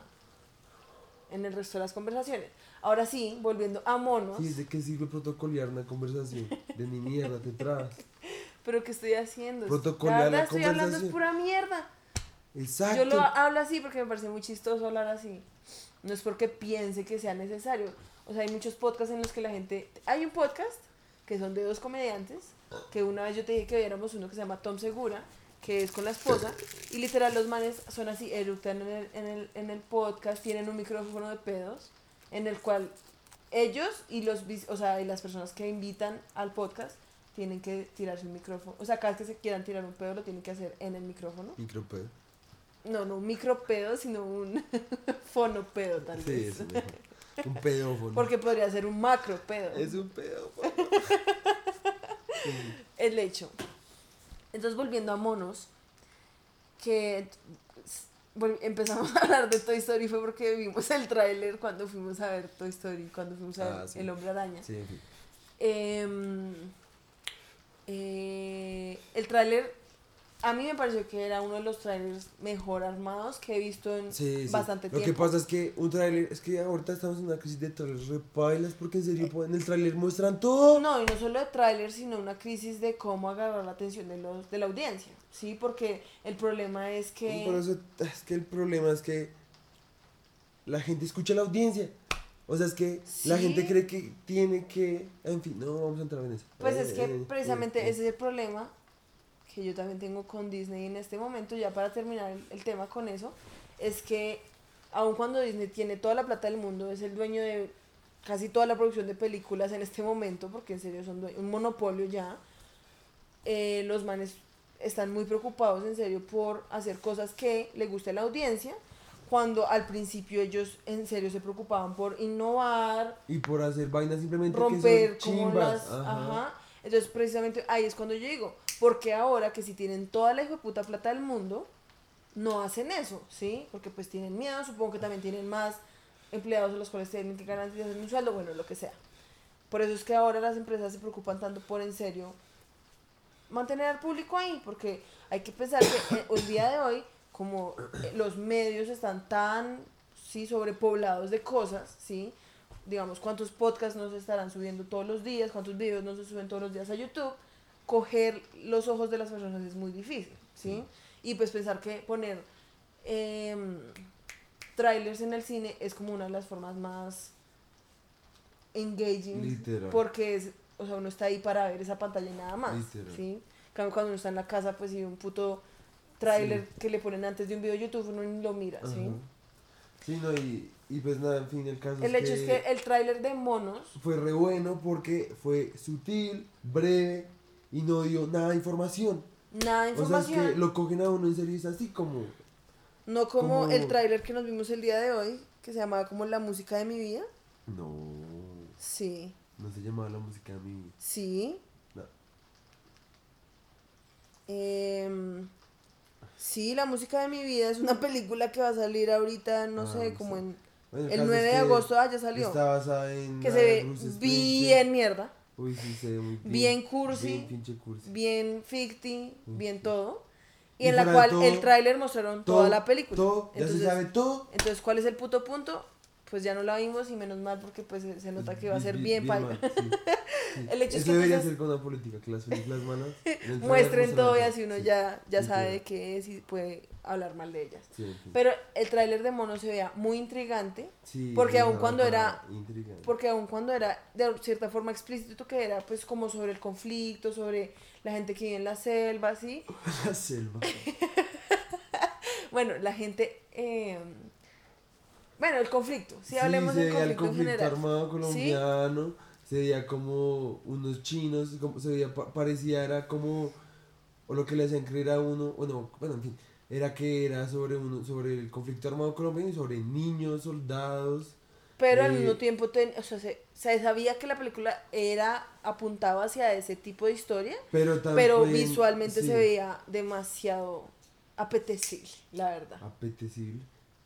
Speaker 1: en el resto de las conversaciones. Ahora sí, volviendo a monos,
Speaker 2: sí, ¿de qué sirve protocolear una conversación? De ni mierda te trabas.
Speaker 1: pero ¿qué estoy haciendo?
Speaker 2: Protocolear
Speaker 1: la verdad
Speaker 2: la
Speaker 1: estoy hablando es
Speaker 2: conversación.
Speaker 1: pura mierda.
Speaker 2: Exacto.
Speaker 1: Yo lo hablo así porque me parece muy chistoso hablar así. No es porque piense que sea necesario. O sea, hay muchos podcasts en los que la gente... Hay un podcast que son de dos comediantes, que una vez yo te dije que viéramos uno que se llama Tom Segura, que es con la esposa, y literal los manes son así, eructan en el, en el, en el podcast, tienen un micrófono de pedos, en el cual ellos y los vis- o sea, y las personas que invitan al podcast tienen que tirarse un micrófono. O sea, cada vez que se quieran tirar un pedo lo tienen que hacer en el micrófono.
Speaker 2: Micropedo.
Speaker 1: No, no un micropedo, sino un fonopedo tal
Speaker 2: Sí,
Speaker 1: vez.
Speaker 2: eso mejor. Un pedófono.
Speaker 1: Porque podría ser un macro pedo.
Speaker 2: Es un pedófono.
Speaker 1: El hecho. Entonces, volviendo a monos, que bueno, empezamos a hablar de Toy Story fue porque vimos el tráiler cuando fuimos a ver Toy Story, cuando fuimos a ver
Speaker 2: Ah, sí.
Speaker 1: El Hombre Araña.
Speaker 2: Sí, en fin.
Speaker 1: Eh, eh, el tráiler, a mí me pareció que era uno de los trailers mejor armados que he visto en
Speaker 2: Sí, sí.
Speaker 1: bastante
Speaker 2: Lo
Speaker 1: tiempo.
Speaker 2: que pasa es que un tráiler, es que ahorita estamos en una crisis de trailers repailas porque en serio en el tráiler muestran todo.
Speaker 1: No, y no solo de tráiler, sino una crisis de cómo agarrar la atención de los de la audiencia, ¿sí? Porque el problema es que...
Speaker 2: Por eso, es que el problema es que la gente escucha a la audiencia. O sea, es que
Speaker 1: ¿Sí?
Speaker 2: la gente cree que tiene que... En fin, no vamos a entrar en eso.
Speaker 1: Pues
Speaker 2: Eh,
Speaker 1: es que
Speaker 2: eh,
Speaker 1: precisamente
Speaker 2: eh, eh.
Speaker 1: ese es el problema que yo también tengo con Disney en este momento, ya para terminar el, el tema con eso, es que aun cuando Disney tiene toda la plata del mundo, es el dueño de casi toda la producción de películas en este momento, porque en serio son due- un monopolio ya, eh, los manes están muy preocupados en serio por hacer cosas que le guste a la audiencia, cuando al principio ellos en serio se preocupaban por innovar,
Speaker 2: Y por hacer vainas simplemente
Speaker 1: romper
Speaker 2: que son
Speaker 1: como
Speaker 2: chimbas.
Speaker 1: las...
Speaker 2: Ajá.
Speaker 1: Ajá. Entonces precisamente ahí es cuando yo digo, porque ahora que si tienen toda la hijueputa plata del mundo, no hacen eso, ¿sí? Porque pues tienen miedo, supongo que también tienen más empleados a los cuales tienen que garantizar un sueldo, bueno, lo que sea. Por eso es que ahora las empresas se preocupan tanto por en serio mantener al público ahí, porque hay que pensar que eh, el día de hoy, como eh, los medios están tan, sí, sobrepoblados de cosas, sí, digamos, cuántos podcasts nos estarán subiendo todos los días, cuántos videos nos suben todos los días a YouTube, coger los ojos de las personas es muy difícil, ¿sí? Y pues pensar que poner eh, trailers en el cine es como una de las formas más engaging,
Speaker 2: Literal.
Speaker 1: porque es, o sea, uno está ahí para ver esa pantalla y nada más,
Speaker 2: Literal.
Speaker 1: ¿sí? En cambio, cuando uno está en la casa, pues si un puto trailer
Speaker 2: Sí.
Speaker 1: que le ponen antes de un video de YouTube, uno ni lo mira, ¿sí?
Speaker 2: Ajá. Sí, no, y, y pues nada, en fin, el caso
Speaker 1: El
Speaker 2: es
Speaker 1: hecho
Speaker 2: que
Speaker 1: es que el tráiler de monos,
Speaker 2: fue re bueno porque fue sutil, breve y no dio nada de información.
Speaker 1: nada de
Speaker 2: O sea,
Speaker 1: información,
Speaker 2: es que lo cogen a uno en serio y es así como...
Speaker 1: no como,
Speaker 2: como-
Speaker 1: el tráiler que nos vimos el día de hoy, que se llamaba como La Música de Mi Vida.
Speaker 2: No,
Speaker 1: Sí,
Speaker 2: no se llamaba La Música de Mi Vida.
Speaker 1: sí.
Speaker 2: No.
Speaker 1: Em, sí, La Música de Mi Vida es una película que va a salir ahorita, no
Speaker 2: Ah,
Speaker 1: sé,
Speaker 2: no
Speaker 1: como
Speaker 2: sé.
Speaker 1: en
Speaker 2: Bueno,
Speaker 1: el
Speaker 2: caso
Speaker 1: nueve
Speaker 2: es
Speaker 1: de
Speaker 2: que
Speaker 1: agosto, ah, ya salió.
Speaker 2: Está basada en...
Speaker 1: Que
Speaker 2: la
Speaker 1: se
Speaker 2: de
Speaker 1: ve
Speaker 2: Bruce Springsteen.
Speaker 1: bien mierda,
Speaker 2: Uy, sí, se ve muy bien.
Speaker 1: bien cursi,
Speaker 2: Bien pinche cursi.
Speaker 1: bien ficti,
Speaker 2: Uy,
Speaker 1: bien
Speaker 2: sí.
Speaker 1: todo. Y,
Speaker 2: Y
Speaker 1: en la
Speaker 2: fuera de
Speaker 1: cual
Speaker 2: todo,
Speaker 1: el tráiler mostraron
Speaker 2: todo,
Speaker 1: toda la película.
Speaker 2: Todo, ya
Speaker 1: entonces,
Speaker 2: se sabe todo.
Speaker 1: entonces, ¿cuál es el puto punto? Pues ya no la vimos y menos mal porque pues se se nota que va a ser bien, paila.
Speaker 2: mal, sí, sí.
Speaker 1: El hecho es
Speaker 2: Eso
Speaker 1: que
Speaker 2: debería
Speaker 1: entonces-
Speaker 2: ser con la política, que las películas malas en el trailer
Speaker 1: Muestren
Speaker 2: muestran
Speaker 1: todo y
Speaker 2: todo,
Speaker 1: así uno
Speaker 2: sí.
Speaker 1: ya, ya
Speaker 2: Sí,
Speaker 1: sabe
Speaker 2: claro.
Speaker 1: de qué es y puede hablar mal de ellas.
Speaker 2: Sí, en fin.
Speaker 1: Pero el tráiler de Mono se veía muy intrigante,
Speaker 2: Sí,
Speaker 1: porque
Speaker 2: sí,
Speaker 1: aun
Speaker 2: no,
Speaker 1: cuando
Speaker 2: para
Speaker 1: era-
Speaker 2: intrigante.
Speaker 1: porque aun cuando era de cierta forma explícito, que era pues como sobre el conflicto, sobre la gente que vive en la selva, así.
Speaker 2: La selva.
Speaker 1: Bueno, la gente... eh, bueno, el conflicto, si
Speaker 2: Sí,
Speaker 1: hablemos
Speaker 2: se
Speaker 1: del
Speaker 2: veía el
Speaker 1: conflicto en
Speaker 2: conflicto
Speaker 1: general.
Speaker 2: armado colombiano, se veía como unos chinos, como, se veía, pa- parecía, era como, o lo que le hacían creer a uno, bueno, bueno, en fin, era que era sobre uno, sobre el conflicto armado colombiano y sobre niños, soldados.
Speaker 1: Pero al
Speaker 2: Eh,
Speaker 1: mismo tiempo, ten- o sea, se, se sabía que la película era apuntaba hacia ese tipo de historia,
Speaker 2: Pero también,
Speaker 1: pero visualmente
Speaker 2: sí,
Speaker 1: se veía demasiado apetecible, la verdad.
Speaker 2: apetecible.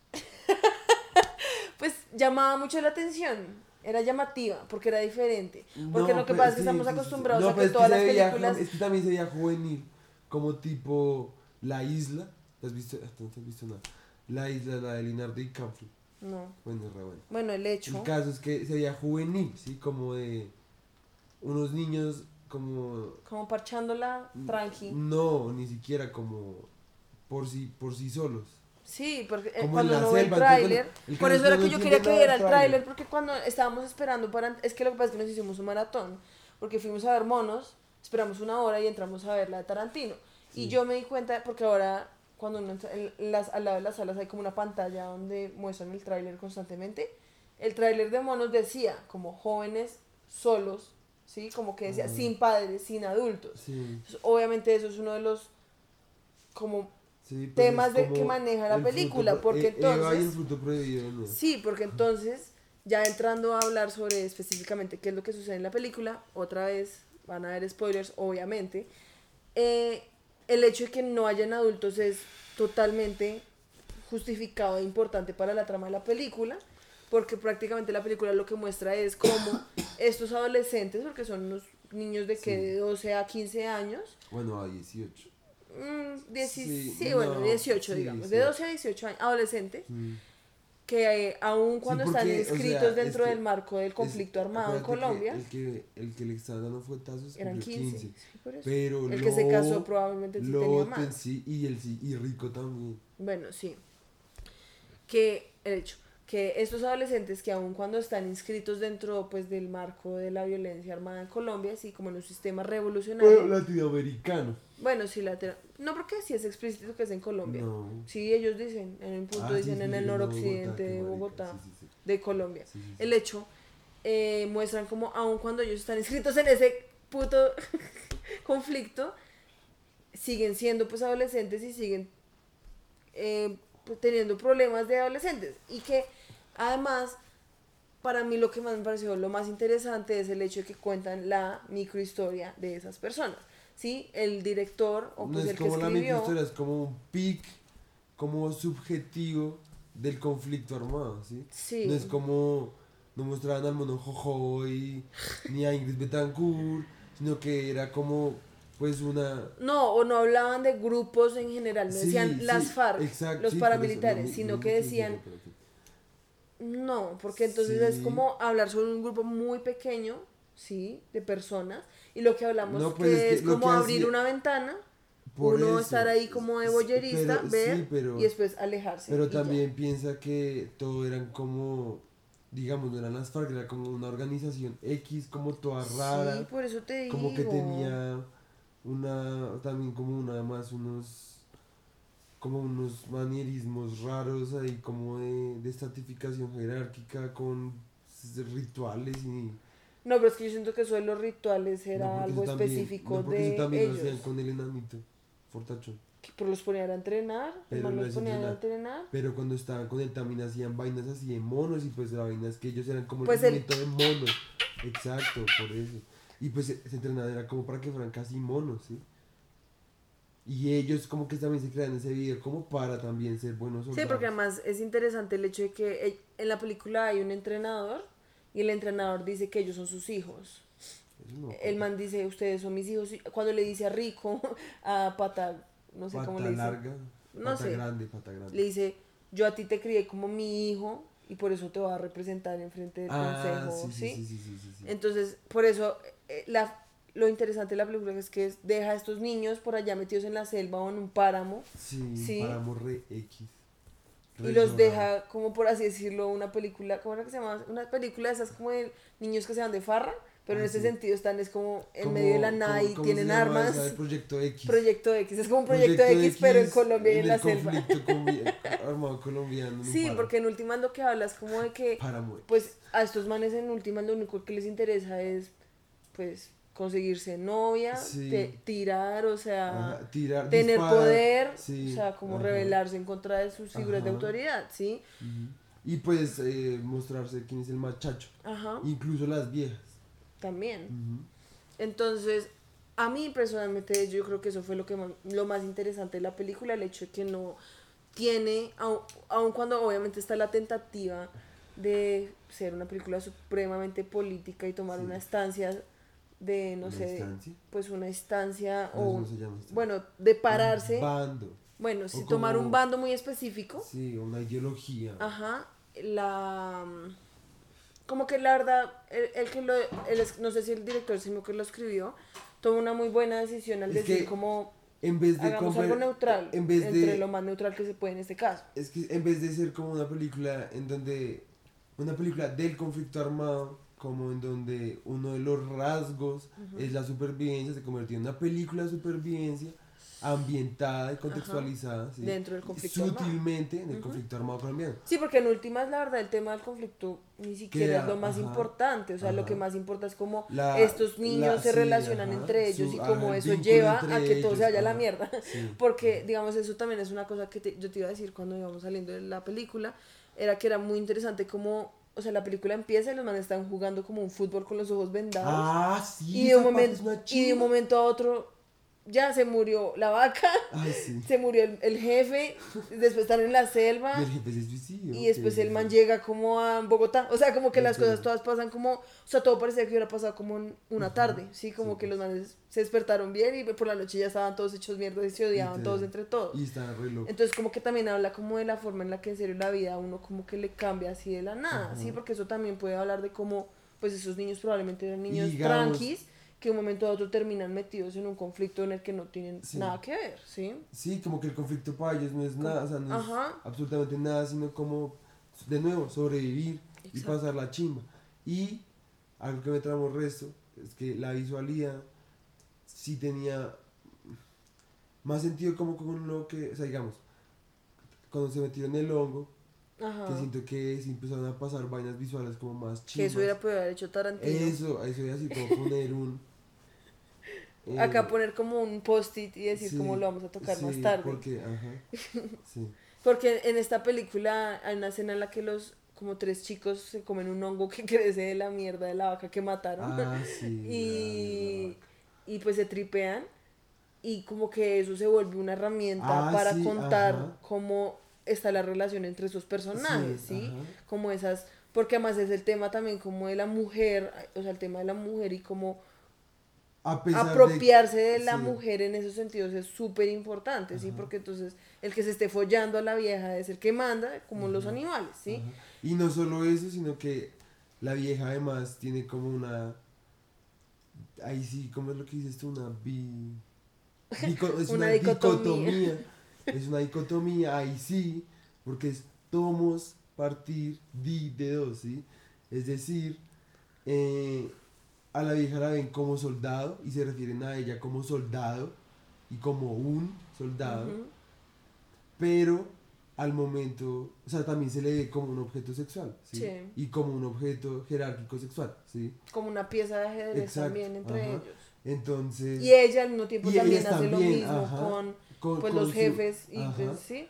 Speaker 1: Pues llamaba mucho la atención, era llamativa, porque era diferente. Porque
Speaker 2: No,
Speaker 1: lo que
Speaker 2: pues,
Speaker 1: pasa es que
Speaker 2: sí,
Speaker 1: estamos
Speaker 2: sí, sí, sí.
Speaker 1: acostumbrados
Speaker 2: No,
Speaker 1: a que
Speaker 2: pues, es
Speaker 1: todas
Speaker 2: se
Speaker 1: las
Speaker 2: veía
Speaker 1: películas...
Speaker 2: ju- es que también se veía juvenil, como tipo La Isla. ¿Has visto? Ah, no te has visto nada. La Isla, la de Leonardo DiCaprio.
Speaker 1: No.
Speaker 2: Bueno, es re bueno.
Speaker 1: Bueno, el hecho...
Speaker 2: El caso es que se veía juvenil, ¿sí? Como de unos niños como...
Speaker 1: Como parchándola tranqui.
Speaker 2: No, ni siquiera como por sí, por sí solos.
Speaker 1: Sí, porque eh,
Speaker 2: Como
Speaker 1: cuando
Speaker 2: en la
Speaker 1: uno ve el
Speaker 2: selva, entonces,
Speaker 1: tráiler,
Speaker 2: bueno, el
Speaker 1: por
Speaker 2: caso
Speaker 1: eso
Speaker 2: es
Speaker 1: era
Speaker 2: que
Speaker 1: que
Speaker 2: no
Speaker 1: yo quería
Speaker 2: entiende
Speaker 1: que
Speaker 2: nada
Speaker 1: viera
Speaker 2: del
Speaker 1: el
Speaker 2: tráiler.
Speaker 1: tráiler, porque cuando estábamos esperando para... Es que lo que pasa es que nos hicimos un maratón, porque fuimos a ver monos, esperamos una hora y entramos a ver la de Tarantino. Y
Speaker 2: Sí.
Speaker 1: yo me di cuenta, porque ahora cuando uno entra en las, al lado de las salas hay como una pantalla donde muestran el tráiler constantemente. El tráiler de monos decía como jóvenes solos, ¿sí? Como que decía
Speaker 2: Ah.
Speaker 1: sin padres, sin adultos.
Speaker 2: Sí,
Speaker 1: Entonces, obviamente eso es uno de los como
Speaker 2: sí. pues
Speaker 1: temas
Speaker 2: es
Speaker 1: de
Speaker 2: como
Speaker 1: que maneja la
Speaker 2: el fruto
Speaker 1: película,
Speaker 2: pro-
Speaker 1: porque
Speaker 2: E- Eva y el
Speaker 1: entonces-
Speaker 2: fruto prohibido de nuevo.
Speaker 1: sí, porque entonces ya entrando a hablar sobre específicamente qué es lo que sucede en la película, otra vez van a haber spoilers, obviamente. Eh, el hecho de que no hayan adultos es totalmente justificado e importante para la trama de la película, porque prácticamente la película lo que muestra es cómo estos adolescentes, porque son unos niños de que
Speaker 2: Sí.
Speaker 1: de doce a quince años,
Speaker 2: Bueno, a dieciocho.
Speaker 1: mm, dieci-
Speaker 2: Sí,
Speaker 1: sí, bueno,
Speaker 2: no,
Speaker 1: dieciocho
Speaker 2: sí,
Speaker 1: digamos,
Speaker 2: sí.
Speaker 1: de doce a dieciocho años, adolescentes,
Speaker 2: Mm.
Speaker 1: que eh, aún cuando
Speaker 2: Sí,
Speaker 1: están
Speaker 2: porque, o
Speaker 1: inscritos
Speaker 2: sea,
Speaker 1: dentro
Speaker 2: es que-
Speaker 1: del marco del conflicto
Speaker 2: es-
Speaker 1: armado en
Speaker 2: acuérdate que
Speaker 1: Colombia,
Speaker 2: el que, el que le estaba dando fuetazos
Speaker 1: eran
Speaker 2: cumplió
Speaker 1: quince,
Speaker 2: quince.
Speaker 1: sí, por eso.
Speaker 2: Pero
Speaker 1: El
Speaker 2: lo,
Speaker 1: que se casó probablemente sí
Speaker 2: lo
Speaker 1: tenía
Speaker 2: ten-
Speaker 1: más.
Speaker 2: sí, y el sí, y Rico también.
Speaker 1: Bueno, sí. Que el hecho, que estos adolescentes que aun cuando están inscritos dentro pues del marco de la violencia armada en Colombia, así como en un sistema revolucionario.
Speaker 2: Pero latinoamericano.
Speaker 1: Bueno, sí, la tera- no porque sí es explícito que es en Colombia.
Speaker 2: No.
Speaker 1: Sí, ellos dicen, en un punto
Speaker 2: Ah, sí,
Speaker 1: dicen en
Speaker 2: sí,
Speaker 1: el
Speaker 2: sí, no,
Speaker 1: noroccidente
Speaker 2: Bogotá, qué
Speaker 1: de
Speaker 2: marica,
Speaker 1: Bogotá,
Speaker 2: sí, sí, sí.
Speaker 1: de Colombia.
Speaker 2: Sí, sí, sí.
Speaker 1: El hecho, eh, muestran como aun cuando ellos están inscritos en ese puto conflicto, siguen siendo pues adolescentes y siguen eh, pues, teniendo problemas de adolescentes. Y que además, para mí lo que más me pareció lo más interesante es el hecho de que cuentan la microhistoria de esas personas. ¿Sí? El director, o
Speaker 2: No
Speaker 1: pues
Speaker 2: es
Speaker 1: el que
Speaker 2: como la
Speaker 1: escribió...
Speaker 2: microhistoria, es como un pic, como subjetivo del conflicto armado, ¿sí?
Speaker 1: Sí.
Speaker 2: No es como, no mostraban al mono Jojoy, ni a Ingrid Betancourt, sino que era como, pues una...
Speaker 1: No, o no hablaban de grupos en general, no
Speaker 2: Sí,
Speaker 1: decían
Speaker 2: sí,
Speaker 1: las FARC,
Speaker 2: exacto,
Speaker 1: los
Speaker 2: sí, por eso,
Speaker 1: paramilitares,
Speaker 2: lo mi-
Speaker 1: sino
Speaker 2: lo
Speaker 1: que
Speaker 2: mismo
Speaker 1: decían...
Speaker 2: dije, pero sí.
Speaker 1: No, porque entonces es
Speaker 2: Sí.
Speaker 1: como hablar sobre un grupo muy pequeño, ¿sí? De personas. Y lo que hablamos
Speaker 2: No, pues,
Speaker 1: que
Speaker 2: es
Speaker 1: es,
Speaker 2: que lo
Speaker 1: como
Speaker 2: que
Speaker 1: abrir
Speaker 2: hacía-
Speaker 1: una ventana,
Speaker 2: Por
Speaker 1: uno
Speaker 2: eso,
Speaker 1: estar ahí como de
Speaker 2: s-
Speaker 1: boyerista,
Speaker 2: pero-
Speaker 1: ver
Speaker 2: sí, pero-
Speaker 1: y después alejarse.
Speaker 2: Pero
Speaker 1: y ya.
Speaker 2: también piensa que todo eran como, digamos, no eran las FARC, era como una organización X, como toda rara,
Speaker 1: Sí, por eso te digo.
Speaker 2: como que tenía una, también como una más unos, como unos manierismos raros ahí, como de, de estratificación jerárquica con s- rituales y...
Speaker 1: No, pero es que yo siento que eso de los rituales era
Speaker 2: no, porque
Speaker 1: algo
Speaker 2: eso también-
Speaker 1: específico
Speaker 2: no, porque
Speaker 1: de
Speaker 2: eso también lo hacían
Speaker 1: ellos.
Speaker 2: con el enanito, fortachón.
Speaker 1: Que por los ponían a entrenar,
Speaker 2: Pero
Speaker 1: más
Speaker 2: lo
Speaker 1: los
Speaker 2: hacían
Speaker 1: ponían a
Speaker 2: entrenar.
Speaker 1: entrenar.
Speaker 2: Pero cuando estaban con él también hacían vainas así de monos y pues la vaina es que ellos eran como
Speaker 1: Pues
Speaker 2: el
Speaker 1: el-
Speaker 2: movimiento de monos. Exacto, por eso. Y pues se, se entrenaban era como para que fueran casi monos, ¿sí? Y ellos como que también se crean ese video como para también ser buenos soldados.
Speaker 1: Sí, porque además es interesante el hecho de que eh, en la película hay un entrenador y el entrenador dice que ellos son sus hijos.
Speaker 2: Eso no,
Speaker 1: El man dice, ustedes son mis hijos. Y cuando le dice a Rico, a Pata, no sé
Speaker 2: pata
Speaker 1: cómo le dice.
Speaker 2: larga,
Speaker 1: No
Speaker 2: pata
Speaker 1: sé.
Speaker 2: grande, pata grande.
Speaker 1: Le dice, yo a ti te crié como mi hijo y por eso te voy a representar en frente del
Speaker 2: Ah,
Speaker 1: consejo,
Speaker 2: sí,
Speaker 1: ¿sí?
Speaker 2: sí, sí, sí, sí, sí, sí.
Speaker 1: Entonces, por eso, eh, la, lo interesante de la película es que es- deja a estos niños por allá metidos en la selva o en un páramo
Speaker 2: Sí,
Speaker 1: sí.
Speaker 2: páramo re X.
Speaker 1: y
Speaker 2: re
Speaker 1: los
Speaker 2: llorado.
Speaker 1: deja, como por así decirlo, una película, ¿cómo era que se llama? Una película de esas como de niños que se van de farra, pero
Speaker 2: Ah,
Speaker 1: en este
Speaker 2: sí.
Speaker 1: sentido están es como en
Speaker 2: Como-
Speaker 1: medio de la nada
Speaker 2: como-
Speaker 1: y
Speaker 2: ¿cómo
Speaker 1: tienen
Speaker 2: se llama
Speaker 1: armas.
Speaker 2: esa? El Proyecto X.
Speaker 1: Proyecto X, es como un proyecto, X, pero en Colombia y en, la
Speaker 2: el
Speaker 1: selva.
Speaker 2: conflicto colombi- armado colombiano. en un
Speaker 1: Sí,
Speaker 2: páramo.
Speaker 1: porque en últimas lo que hablas como de que
Speaker 2: Páramo.
Speaker 1: pues a estos manes en últimas lo único que les interesa es pues conseguirse novia,
Speaker 2: Sí.
Speaker 1: te- tirar, o sea,
Speaker 2: Ajá, tirar,
Speaker 1: tener
Speaker 2: disparar,
Speaker 1: poder,
Speaker 2: sí,
Speaker 1: o sea, como
Speaker 2: ajá.
Speaker 1: rebelarse en contra de sus figuras de
Speaker 2: Ajá.
Speaker 1: autoridad, ¿sí?
Speaker 2: Ujú. Y pues eh, mostrarse quién es el machacho.
Speaker 1: Ajá,
Speaker 2: Incluso las viejas.
Speaker 1: también.
Speaker 2: Ujú.
Speaker 1: Entonces, a mí personalmente yo creo que eso fue lo que más, lo más interesante de la película, el hecho de que no tiene, aun, aun cuando obviamente está la tentativa de ser una película supremamente política y tomar
Speaker 2: Sí.
Speaker 1: una estancia de, no
Speaker 2: ¿Una
Speaker 1: sé,
Speaker 2: instancia?
Speaker 1: pues una instancia
Speaker 2: No,
Speaker 1: o,
Speaker 2: eso no se llama instancia.
Speaker 1: bueno, de pararse,
Speaker 2: Un bando.
Speaker 1: bueno, sí,
Speaker 2: o
Speaker 1: tomar
Speaker 2: como-
Speaker 1: un bando muy específico.
Speaker 2: Sí, una ideología.
Speaker 1: Ajá, la... Como que la verdad, el, el que lo... el es- no sé si el director, sino que lo escribió, tomó una muy buena decisión al
Speaker 2: Es
Speaker 1: decir
Speaker 2: que
Speaker 1: como...
Speaker 2: En vez de
Speaker 1: Hagamos
Speaker 2: conver-
Speaker 1: algo neutral,
Speaker 2: en vez
Speaker 1: entre
Speaker 2: de
Speaker 1: lo más neutral que se puede en este caso.
Speaker 2: Es que en vez de ser como una película en donde, una película del conflicto armado, como en donde uno de los rasgos es la supervivencia, se convirtió en una película de supervivencia ambientada y contextualizada, ¿sí?
Speaker 1: Dentro del conflicto armado.
Speaker 2: sutilmente en el conflicto armado colombiano.
Speaker 1: Sí, porque en últimas, la verdad, el tema del conflicto ni siquiera
Speaker 2: Queda,
Speaker 1: es lo más
Speaker 2: ajá,
Speaker 1: importante. O sea, lo
Speaker 2: ajá.
Speaker 1: que más importa es cómo
Speaker 2: La-
Speaker 1: estos niños
Speaker 2: la-
Speaker 1: se
Speaker 2: sí,
Speaker 1: relacionan
Speaker 2: ajá,
Speaker 1: entre ellos
Speaker 2: su-
Speaker 1: y
Speaker 2: ajá,
Speaker 1: cómo
Speaker 2: el
Speaker 1: eso
Speaker 2: vínculo
Speaker 1: lleva
Speaker 2: entre
Speaker 1: a que todo
Speaker 2: ellos,
Speaker 1: se vaya a la
Speaker 2: ajá,
Speaker 1: mierda.
Speaker 2: sí.
Speaker 1: Porque, digamos, eso también es una cosa que te- yo te iba a decir cuando íbamos saliendo de la película, era que era muy interesante como o sea, la película empieza y los manes están jugando como un fútbol con los ojos vendados.
Speaker 2: Ah, sí,
Speaker 1: y de un
Speaker 2: esa parte
Speaker 1: momento
Speaker 2: es una
Speaker 1: y de un
Speaker 2: chimba.
Speaker 1: momento a otro ya se murió la vaca,
Speaker 2: Ay, sí.
Speaker 1: se murió el, el jefe, después están en la selva
Speaker 2: Y el jefe se suicidó.
Speaker 1: y después
Speaker 2: ¿qué?
Speaker 1: el man llega como a Bogotá, o sea, como que
Speaker 2: En
Speaker 1: las
Speaker 2: serio.
Speaker 1: cosas todas pasan como, o sea, todo parecía que hubiera pasado como en una tarde, ¿sí? Como
Speaker 2: Sí,
Speaker 1: que los
Speaker 2: pues.
Speaker 1: manes se despertaron bien y por la noche ya estaban todos hechos mierda y se odiaban
Speaker 2: Literal.
Speaker 1: todos entre todos.
Speaker 2: Y estaba re loco.
Speaker 1: Entonces como que también habla como de la forma en la que en serio la vida a uno como que le cambia así de la nada,
Speaker 2: Ajá.
Speaker 1: ¿sí? Porque eso también puede hablar de cómo pues esos niños probablemente eran niños
Speaker 2: digamos-
Speaker 1: tranquis que de un momento a otro terminan metidos en un conflicto en el que no tienen
Speaker 2: Sí.
Speaker 1: nada que ver, ¿sí?
Speaker 2: Sí, como que el conflicto para ellos no es nada, o sea, no
Speaker 1: Ajá.
Speaker 2: es absolutamente nada, sino como, de nuevo, sobrevivir y
Speaker 1: Exacto.
Speaker 2: pasar la chimba. Y algo que me tramó el resto es que la visualidad sí tenía más sentido como con lo que, o sea, digamos, cuando se metieron en el hongo,
Speaker 1: Ajá.
Speaker 2: que siento que sí empezaron a pasar vainas visuales como más
Speaker 1: Que
Speaker 2: chimbas.
Speaker 1: eso hubiera podido haber hecho Tarantino.
Speaker 2: Eso, eso iba a decir, como poner un... eh,
Speaker 1: Acá poner como un post-it y decir
Speaker 2: sí,
Speaker 1: cómo lo vamos a tocar
Speaker 2: sí,
Speaker 1: más tarde.
Speaker 2: porque, ajá, sí.
Speaker 1: Porque en esta película hay una escena en la que los como tres chicos se comen un hongo que crece de la mierda de la vaca que mataron.
Speaker 2: Ah, sí.
Speaker 1: y, y pues se tripean y como que eso se vuelve una herramienta
Speaker 2: Ah,
Speaker 1: para
Speaker 2: sí,
Speaker 1: contar
Speaker 2: ajá.
Speaker 1: cómo está la relación entre esos personajes,
Speaker 2: Sí,
Speaker 1: ¿sí?
Speaker 2: ajá.
Speaker 1: Como esas, porque además es el tema también como de la mujer, o sea, el tema de la mujer y cómo
Speaker 2: A pesar
Speaker 1: apropiarse de,
Speaker 2: de,
Speaker 1: la
Speaker 2: sí.
Speaker 1: mujer en esos sentidos es súper importante, ¿sí?
Speaker 2: Ajá.
Speaker 1: Porque entonces el que se esté follando a la vieja es el que manda, como los
Speaker 2: Ajá.
Speaker 1: animales, ¿sí?
Speaker 2: Ajá. Y no solo eso, sino que la vieja además tiene como una... Ahí sí, ¿cómo es lo que dices tú? Una bi... bico- es
Speaker 1: Una
Speaker 2: una,
Speaker 1: dicotomía.
Speaker 2: dicotomía. Es una dicotomía, ahí sí, porque es tomos partir di de dos, ¿sí? Es decir, eh, a la vieja la ven como soldado y se refieren a ella como soldado y como un soldado,
Speaker 1: Ujú.
Speaker 2: pero al momento, o sea, también se le ve como un objeto sexual, ¿sí?
Speaker 1: Sí.
Speaker 2: Y como un objeto jerárquico sexual, ¿sí?
Speaker 1: Como una pieza de ajedrez
Speaker 2: Exacto,
Speaker 1: también entre
Speaker 2: ajá.
Speaker 1: ellos.
Speaker 2: Entonces...
Speaker 1: Y ella al mismo tiempo
Speaker 2: y
Speaker 1: también
Speaker 2: ellas
Speaker 1: hace lo
Speaker 2: también,
Speaker 1: mismo
Speaker 2: ajá,
Speaker 1: con,
Speaker 2: con-
Speaker 1: pues,
Speaker 2: con
Speaker 1: los
Speaker 2: su-
Speaker 1: jefes y
Speaker 2: ajá.
Speaker 1: pues, sí.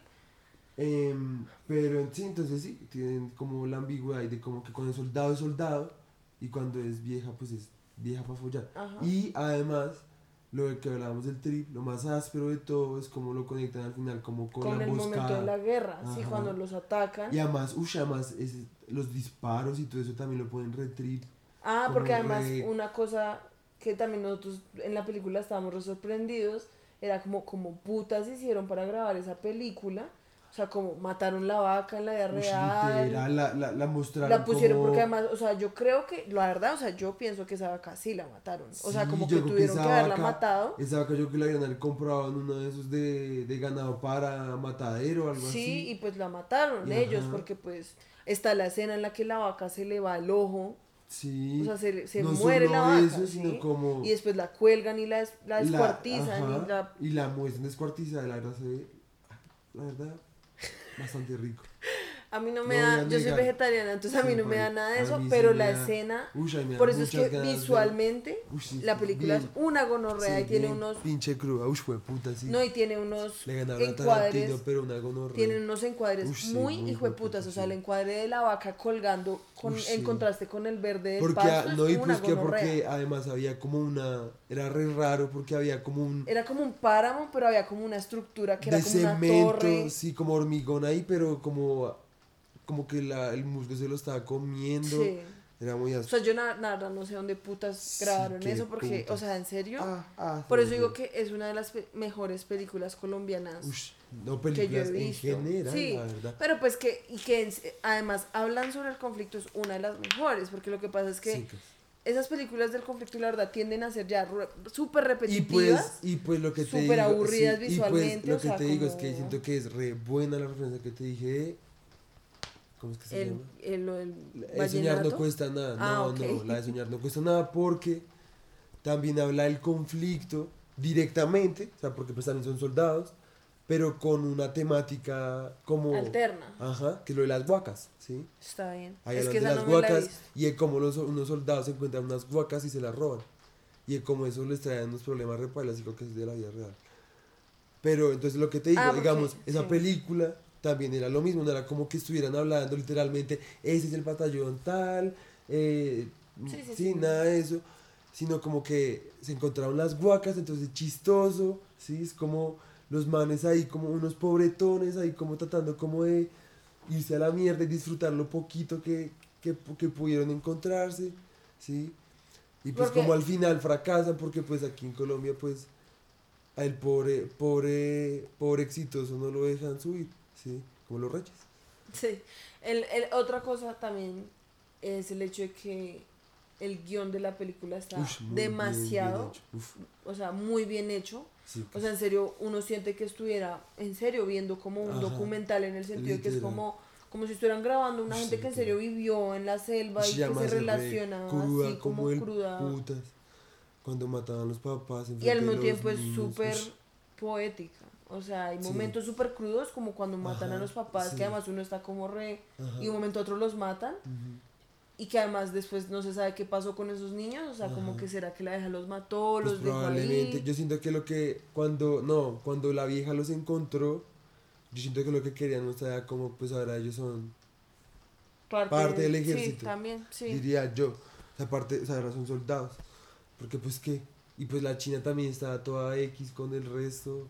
Speaker 2: Em, pero en sí, entonces sí, tienen como la ambigüedad de como que cuando es soldado es soldado y cuando es vieja pues es vieja para follar.
Speaker 1: Ajá.
Speaker 2: Y además, lo de que hablábamos del trip, lo más áspero de todo es cómo lo conectan al final como con,
Speaker 1: Con
Speaker 2: la
Speaker 1: el momento
Speaker 2: emboscada.
Speaker 1: de la guerra, sí,
Speaker 2: Ajá.
Speaker 1: cuando los atacan.
Speaker 2: Y además, uy, además es, los disparos y todo eso también lo ponen re trip.
Speaker 1: Ah, porque
Speaker 2: como
Speaker 1: además
Speaker 2: re-
Speaker 1: una cosa que también nosotros en la película estábamos re sorprendidos era como como putas hicieron para grabar esa película. O sea, como mataron la vaca en la vida
Speaker 2: Uy,
Speaker 1: real.
Speaker 2: literal, la, la, la mostraron
Speaker 1: La pusieron
Speaker 2: como...
Speaker 1: porque además, o sea, yo creo que, la verdad, o sea, yo pienso que esa vaca sí la mataron. O sea,
Speaker 2: Sí,
Speaker 1: como
Speaker 2: yo
Speaker 1: que
Speaker 2: creo
Speaker 1: tuvieron que,
Speaker 2: esa
Speaker 1: haberla
Speaker 2: vaca-
Speaker 1: matado.
Speaker 2: Esa vaca yo que la habían haber comprado en uno de esos de, de ganado para matadero o algo
Speaker 1: Sí,
Speaker 2: así.
Speaker 1: y pues la mataron
Speaker 2: Y
Speaker 1: ellos,
Speaker 2: ajá.
Speaker 1: porque pues está la escena en la que la vaca se le va el ojo.
Speaker 2: Sí.
Speaker 1: O sea, se, se
Speaker 2: no
Speaker 1: muere
Speaker 2: solo
Speaker 1: la vaca,
Speaker 2: eso,
Speaker 1: ¿sí?
Speaker 2: sino como...
Speaker 1: Y después la cuelgan y la, des- la
Speaker 2: la-
Speaker 1: descuartizan
Speaker 2: ajá,
Speaker 1: y la...
Speaker 2: y la muestran descuartizada, la verdad se ve, la verdad, bastante rico.
Speaker 1: A mí no
Speaker 2: No
Speaker 1: me
Speaker 2: voy
Speaker 1: da...
Speaker 2: a
Speaker 1: Yo soy
Speaker 2: negar.
Speaker 1: vegetariana, entonces a mí
Speaker 2: Sí,
Speaker 1: no me da
Speaker 2: marica,
Speaker 1: nada de
Speaker 2: a
Speaker 1: eso,
Speaker 2: mí sí
Speaker 1: pero
Speaker 2: me
Speaker 1: la
Speaker 2: da-
Speaker 1: escena...
Speaker 2: Uy, ay, me dan
Speaker 1: Por eso es
Speaker 2: muchas
Speaker 1: que
Speaker 2: ganas de-
Speaker 1: visualmente
Speaker 2: Uy, sí,
Speaker 1: la película
Speaker 2: bien-
Speaker 1: es una gonorrea
Speaker 2: sí,
Speaker 1: y tiene
Speaker 2: bien
Speaker 1: unos...
Speaker 2: pinche cruda, uy, fue puta, sí.
Speaker 1: No, y tiene unos
Speaker 2: Le ganaron a
Speaker 1: encuadres...
Speaker 2: Tarantino, pero una gonorrea.
Speaker 1: Tienen unos encuadres
Speaker 2: Uy, sí,
Speaker 1: muy
Speaker 2: muy
Speaker 1: hijueputas,
Speaker 2: hijueputa,
Speaker 1: o sea,
Speaker 2: sí.
Speaker 1: el encuadre de la vaca colgando con,
Speaker 2: Uy, sí.
Speaker 1: en contraste con el verde del
Speaker 2: Porque,
Speaker 1: pasto
Speaker 2: ah,
Speaker 1: es
Speaker 2: no, y
Speaker 1: una
Speaker 2: pues que
Speaker 1: gonorrea.
Speaker 2: porque además había como una, era re raro porque había como un
Speaker 1: Era como un páramo, pero había como una estructura que
Speaker 2: de
Speaker 1: era como una
Speaker 2: cemento,
Speaker 1: torre.
Speaker 2: sí, como hormigón ahí, pero como, como que la, el musgo se lo estaba comiendo,
Speaker 1: Sí.
Speaker 2: era muy
Speaker 1: O
Speaker 2: áspero.
Speaker 1: sea, yo nada, nada, no sé dónde putas
Speaker 2: Sí,
Speaker 1: grabaron
Speaker 2: qué
Speaker 1: eso, porque,
Speaker 2: putas.
Speaker 1: o sea, en serio,
Speaker 2: Ah, ah,
Speaker 1: por
Speaker 2: fue
Speaker 1: eso digo
Speaker 2: bien.
Speaker 1: que es una de las pe- mejores películas colombianas
Speaker 2: Ush, no
Speaker 1: que yo
Speaker 2: películas
Speaker 1: he
Speaker 2: en
Speaker 1: visto.
Speaker 2: general,
Speaker 1: Sí,
Speaker 2: la verdad.
Speaker 1: pero pues que, y que en- además hablan sobre el conflicto es una de las mejores, porque lo que pasa es que
Speaker 2: Sí, que-
Speaker 1: esas películas del conflicto, la verdad, tienden a ser ya re- súper
Speaker 2: y
Speaker 1: repetitivas.
Speaker 2: pues, y pues lo que te
Speaker 1: súper
Speaker 2: digo,
Speaker 1: aburridas
Speaker 2: sí,
Speaker 1: visualmente,
Speaker 2: y pues lo
Speaker 1: o
Speaker 2: que
Speaker 1: sea,
Speaker 2: te digo es
Speaker 1: como-
Speaker 2: que siento que es re buena la referencia que te dije de- ¿cómo es que se
Speaker 1: el,
Speaker 2: llama?
Speaker 1: el, lo del
Speaker 2: La de soñar no
Speaker 1: vallenato.
Speaker 2: cuesta nada,
Speaker 1: Ah,
Speaker 2: no,
Speaker 1: ok.
Speaker 2: no, la de soñar no cuesta nada porque también habla del conflicto directamente, o sea, porque pues también son soldados, pero con una temática como...
Speaker 1: Alterna.
Speaker 2: Ajá, que es lo de las huacas, ¿sí?
Speaker 1: Está bien.
Speaker 2: Ahí
Speaker 1: Es
Speaker 2: hablan
Speaker 1: que
Speaker 2: de
Speaker 1: esa
Speaker 2: las
Speaker 1: no me la he
Speaker 2: huacas
Speaker 1: visto.
Speaker 2: y de cómo los, unos soldados encuentran unas huacas y se las roban. Y de cómo eso les trae unos problemas repailas y lo que es de la vida real. Pero entonces lo que te digo,
Speaker 1: Ah, porque-
Speaker 2: digamos, esa
Speaker 1: sí.
Speaker 2: película también era lo mismo, no era como que estuvieran hablando literalmente, ese es el batallón tal, eh,
Speaker 1: Sí, sí,
Speaker 2: sí,
Speaker 1: sí.
Speaker 2: nada de eso, sino como que se encontraron las guacas, entonces chistoso, sí, es como los manes ahí como unos pobretones ahí como tratando como de irse a la mierda y disfrutar lo poquito que, que, que pudieron encontrarse, sí, y pues
Speaker 1: Porque,
Speaker 2: como al final fracasan porque pues aquí en Colombia pues a el pobre, pobre, pobre exitoso no lo dejan subir, sí, como los reyes.
Speaker 1: sí, el, el, otra cosa también es el hecho de que el guión de la película está
Speaker 2: Ush, muy bien, bien
Speaker 1: demasiado,
Speaker 2: hecho. Uf,
Speaker 1: o sea, muy bien hecho.
Speaker 2: sí,
Speaker 1: O
Speaker 2: pues,
Speaker 1: sea, en serio, uno siente que estuviera, en serio, viendo como un
Speaker 2: ajá,
Speaker 1: documental en el sentido de que es
Speaker 2: literal.
Speaker 1: como, como si estuvieran grabando una
Speaker 2: Ush,
Speaker 1: gente que en
Speaker 2: literal.
Speaker 1: serio vivió en la selva y
Speaker 2: Ush,
Speaker 1: que se
Speaker 2: llama se re
Speaker 1: relaciona así
Speaker 2: cruda como
Speaker 1: como
Speaker 2: el
Speaker 1: cruda.
Speaker 2: putas. Cuando mataban a los papás
Speaker 1: Y al
Speaker 2: enfrente de
Speaker 1: mismo
Speaker 2: los
Speaker 1: tiempo es
Speaker 2: niños.
Speaker 1: súper
Speaker 2: Ush,
Speaker 1: poética. O sea, hay
Speaker 2: sí,
Speaker 1: momentos súper crudos como cuando matan a
Speaker 2: ajá,
Speaker 1: los papás, que
Speaker 2: sí,
Speaker 1: además uno está como re...
Speaker 2: ajá,
Speaker 1: Y de un momento a otro los matan.
Speaker 2: ujú,
Speaker 1: Y que además después no se sabe qué pasó con esos niños. O sea, como que
Speaker 2: ajá.
Speaker 1: será que la vieja los mató,
Speaker 2: Pues
Speaker 1: los dejó
Speaker 2: probablemente,
Speaker 1: ahí.
Speaker 2: yo siento que lo que, cuando, no, cuando la vieja los encontró, yo siento que lo que querían mostrar era como, pues ahora ellos son parte del
Speaker 1: Parte, sí,
Speaker 2: ejército,
Speaker 1: también, sí.
Speaker 2: diría yo. O sea, aparte, o sea, ahora son soldados. Porque pues qué. Y pues la China también estaba toda X con el resto.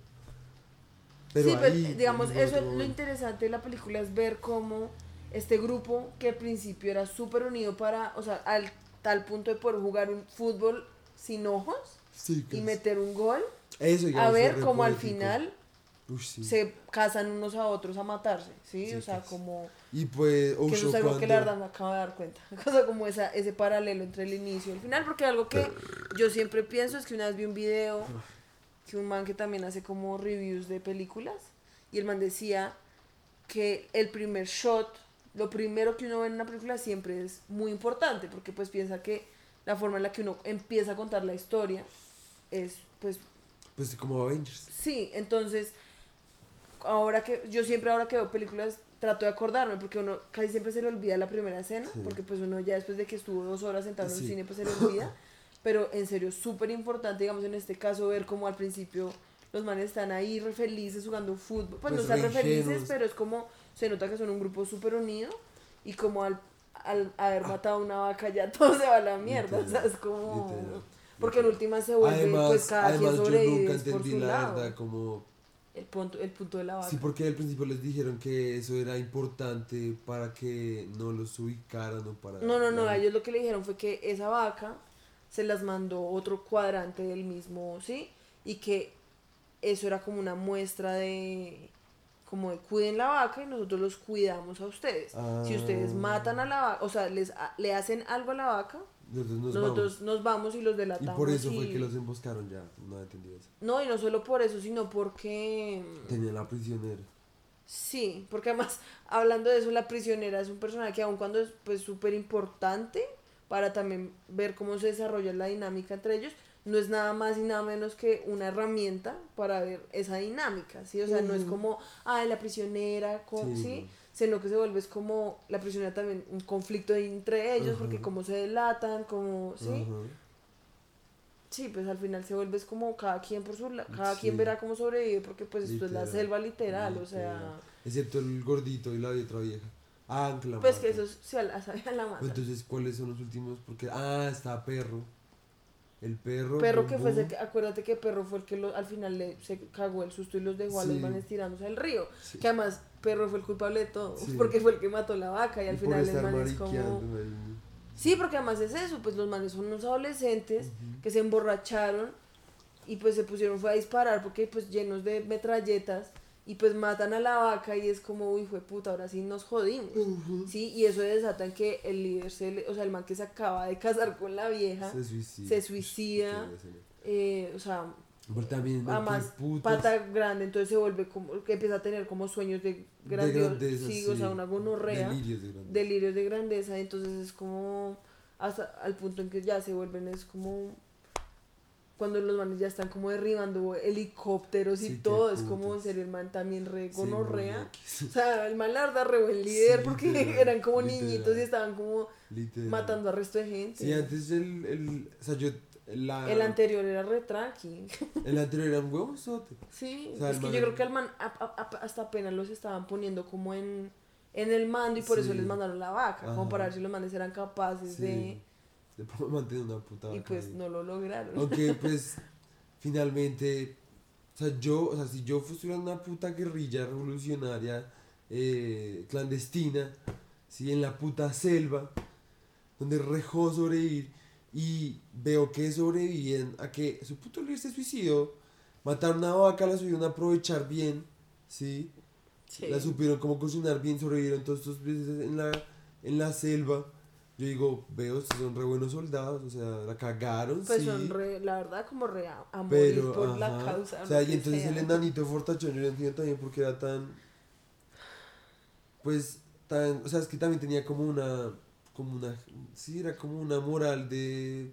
Speaker 1: Sí,
Speaker 2: Pero
Speaker 1: pues
Speaker 2: ahí,
Speaker 1: digamos,
Speaker 2: en
Speaker 1: eso
Speaker 2: otro
Speaker 1: es lo
Speaker 2: momento.
Speaker 1: interesante de la película es ver cómo este grupo que al principio era súper unido para, o sea, al tal punto de poder jugar un fútbol sin ojos
Speaker 2: Sí,
Speaker 1: y
Speaker 2: casi.
Speaker 1: meter un gol,
Speaker 2: Eso,
Speaker 1: a
Speaker 2: digamos, fue
Speaker 1: ver
Speaker 2: re
Speaker 1: cómo al
Speaker 2: poético.
Speaker 1: final
Speaker 2: Uy, sí.
Speaker 1: se casan unos a otros a matarse, ¿sí? O
Speaker 2: Sí,
Speaker 1: sea,
Speaker 2: casi.
Speaker 1: como
Speaker 2: Y pues,
Speaker 1: que eso es
Speaker 2: Osho
Speaker 1: algo que la
Speaker 2: cuando.
Speaker 1: verdad me acabo de dar cuenta. O sea, como esa, ese paralelo entre el inicio y el final, porque algo que yo siempre pienso es que una vez vi un video que un man que también hace como reviews de películas y el man decía que el primer shot, lo primero que uno ve en una película siempre es muy importante, porque pues piensa que la forma en la que uno empieza a contar la historia es pues
Speaker 2: Pues como Avengers.
Speaker 1: sí, entonces ahora que yo siempre ahora que veo películas trato de acordarme porque uno casi siempre se le olvida la primera escena
Speaker 2: Sí.
Speaker 1: porque pues uno ya después de que estuvo dos horas sentado en un
Speaker 2: Sí.
Speaker 1: cine pues se le olvida, pero en serio súper importante digamos en este caso ver como al principio los manes están ahí re felices jugando fútbol, pues, no
Speaker 2: Pues
Speaker 1: están
Speaker 2: re
Speaker 1: re felices
Speaker 2: ingenuos.
Speaker 1: pero es como se nota que son un grupo súper unido y como al, al haber matado una vaca ya todo se va a la mierda, o sea
Speaker 2: Literal.
Speaker 1: es como
Speaker 2: Literal.
Speaker 1: porque en
Speaker 2: literal.
Speaker 1: última se vuelve pues
Speaker 2: Además,
Speaker 1: cada quien
Speaker 2: además yo
Speaker 1: sobrevive
Speaker 2: nunca
Speaker 1: es por
Speaker 2: entendí
Speaker 1: su
Speaker 2: la
Speaker 1: lado,
Speaker 2: verdad como.
Speaker 1: el punto, el punto de la
Speaker 2: Sí,
Speaker 1: vaca.
Speaker 2: porque al principio les dijeron que eso era importante para que no los ubicaran o para
Speaker 1: No, no, no,
Speaker 2: la
Speaker 1: a
Speaker 2: gente.
Speaker 1: ellos lo que le dijeron fue que esa vaca se las mandó otro cuadrante del mismo, ¿sí? Y que eso era como una muestra de, como de cuiden la vaca y nosotros los cuidamos a ustedes. Si ustedes matan a
Speaker 2: Ah,
Speaker 1: la vaca, o sea, les, a- le hacen algo a la vaca,
Speaker 2: entonces nos
Speaker 1: nosotros
Speaker 2: vamos.
Speaker 1: nos vamos y los
Speaker 2: Y por
Speaker 1: delatamos
Speaker 2: eso fue que
Speaker 1: y...
Speaker 2: los emboscaron ya. No entendí eso.
Speaker 1: No, y no solo por eso, sino porque...
Speaker 2: Tenían la prisionera.
Speaker 1: Sí, porque además, hablando de eso, la prisionera es un personaje que aun cuando es pues súper importante para también ver cómo se desarrolla la dinámica entre ellos, no es nada más y nada menos que una herramienta para ver esa dinámica, ¿sí? O sea, no es
Speaker 2: Ujú.
Speaker 1: como, ay, la prisionera, con,
Speaker 2: Sí,
Speaker 1: ¿sí?
Speaker 2: no.
Speaker 1: Sino que se vuelve es como la prisionera también un conflicto entre ellos,
Speaker 2: Ajá.
Speaker 1: porque como se delatan, como, ¿sí?
Speaker 2: Ajá.
Speaker 1: Sí, pues al final se vuelve es como cada quien por su lado, cada quien
Speaker 2: Sí,
Speaker 1: verá cómo sobrevive, porque pues esto es la
Speaker 2: literal.
Speaker 1: selva literal, o
Speaker 2: Literal.
Speaker 1: sea...
Speaker 2: Excepto el gordito y la otra vieja. Ah, que la
Speaker 1: Pues que
Speaker 2: matan.
Speaker 1: eso sí, a la, a la matan.
Speaker 2: Entonces, ¿cuáles son los últimos? Porque, ah, está perro. El perro,
Speaker 1: Perro
Speaker 2: bum,
Speaker 1: que fue ese
Speaker 2: bum.
Speaker 1: que- acuérdate que Perro fue el que lo- al final le, se cagó el susto y los dejó a los
Speaker 2: Sí,
Speaker 1: manes tirándose al río.
Speaker 2: sí,
Speaker 1: Que además Perro fue el culpable de todo,
Speaker 2: sí.
Speaker 1: porque fue el que mató la vaca y
Speaker 2: Y
Speaker 1: al
Speaker 2: por
Speaker 1: final el
Speaker 2: estar
Speaker 1: man es
Speaker 2: mariqueando
Speaker 1: como...
Speaker 2: ahí.
Speaker 1: Sí, porque además es eso, pues los manes son unos adolescentes
Speaker 2: Ujú.
Speaker 1: que se emborracharon y pues se pusieron fue a disparar porque pues llenos de metralletas y pues matan a la vaca y es como, uy, fue puta, ahora sí nos jodimos.
Speaker 2: Ujú.
Speaker 1: Sí, y eso desata en que el líder, se le- o sea, el man que se acaba de casar con la vieja,
Speaker 2: Se suicida.
Speaker 1: se
Speaker 2: Ush,
Speaker 1: suicida,
Speaker 2: qué buena escena.
Speaker 1: eh, o sea,
Speaker 2: Pero también, man, qué
Speaker 1: además
Speaker 2: putas.
Speaker 1: pata grande, entonces se vuelve como, que empieza a tener como sueños de
Speaker 2: De
Speaker 1: grandioso,
Speaker 2: grandeza,
Speaker 1: sí,
Speaker 2: sí.
Speaker 1: o sea, una gonorrea,
Speaker 2: Delirios de grandeza.
Speaker 1: delirios de grandeza, entonces es como, hasta al punto en que ya se vuelven, es como, cuando los manes ya están como derribando helicópteros y
Speaker 2: Sí, qué
Speaker 1: todo, es como, en
Speaker 2: putas.
Speaker 1: serio, el man también re
Speaker 2: Sí, muy
Speaker 1: gonorrea.
Speaker 2: loquis.
Speaker 1: O sea, el man la verdad re buen líder
Speaker 2: Sí,
Speaker 1: porque
Speaker 2: literal,
Speaker 1: eran como
Speaker 2: literal.
Speaker 1: niñitos y estaban como
Speaker 2: Literal.
Speaker 1: matando al resto de gente.
Speaker 2: Sí, antes el, el. O sea, yo la,
Speaker 1: El anterior era re tranqui.
Speaker 2: el anterior era un huevozote.
Speaker 1: Sí,
Speaker 2: O sea,
Speaker 1: es
Speaker 2: el
Speaker 1: que
Speaker 2: man-
Speaker 1: yo creo que al man a- a- a- hasta apenas los estaban poniendo como en, en el mando y por eso
Speaker 2: Sí.
Speaker 1: les mandaron la vaca, como
Speaker 2: Ajá.
Speaker 1: para ver si los manes eran capaces
Speaker 2: Sí.
Speaker 1: de...
Speaker 2: De pronto mantener una puta
Speaker 1: Y
Speaker 2: vaca
Speaker 1: pues
Speaker 2: ahí.
Speaker 1: no lo lograron.
Speaker 2: Aunque pues finalmente, o sea, yo, o sea, si yo fuera una puta guerrilla revolucionaria eh, clandestina, sí, en la puta selva, donde rejó sobrevivir y veo que sobreviven a que su puto líder se suicidó, mataron una vaca, la supieron aprovechar bien, sí,
Speaker 1: Sí.
Speaker 2: la supieron cómo cocinar bien, sobrevivieron todos estos meses en la, en la selva. Yo digo, veo, estos son re buenos soldados, o sea, la cagaron,
Speaker 1: Pues
Speaker 2: sí.
Speaker 1: son re, la verdad, como re a, a morir
Speaker 2: Pero,
Speaker 1: por la
Speaker 2: ajá,
Speaker 1: causa.
Speaker 2: o sea,
Speaker 1: lo
Speaker 2: y
Speaker 1: que
Speaker 2: entonces
Speaker 1: sea.
Speaker 2: el enanito fortachón, yo no entiendo también por qué era tan, pues, tan, o sea, es que también tenía como una, como una, sí, era como una moral de,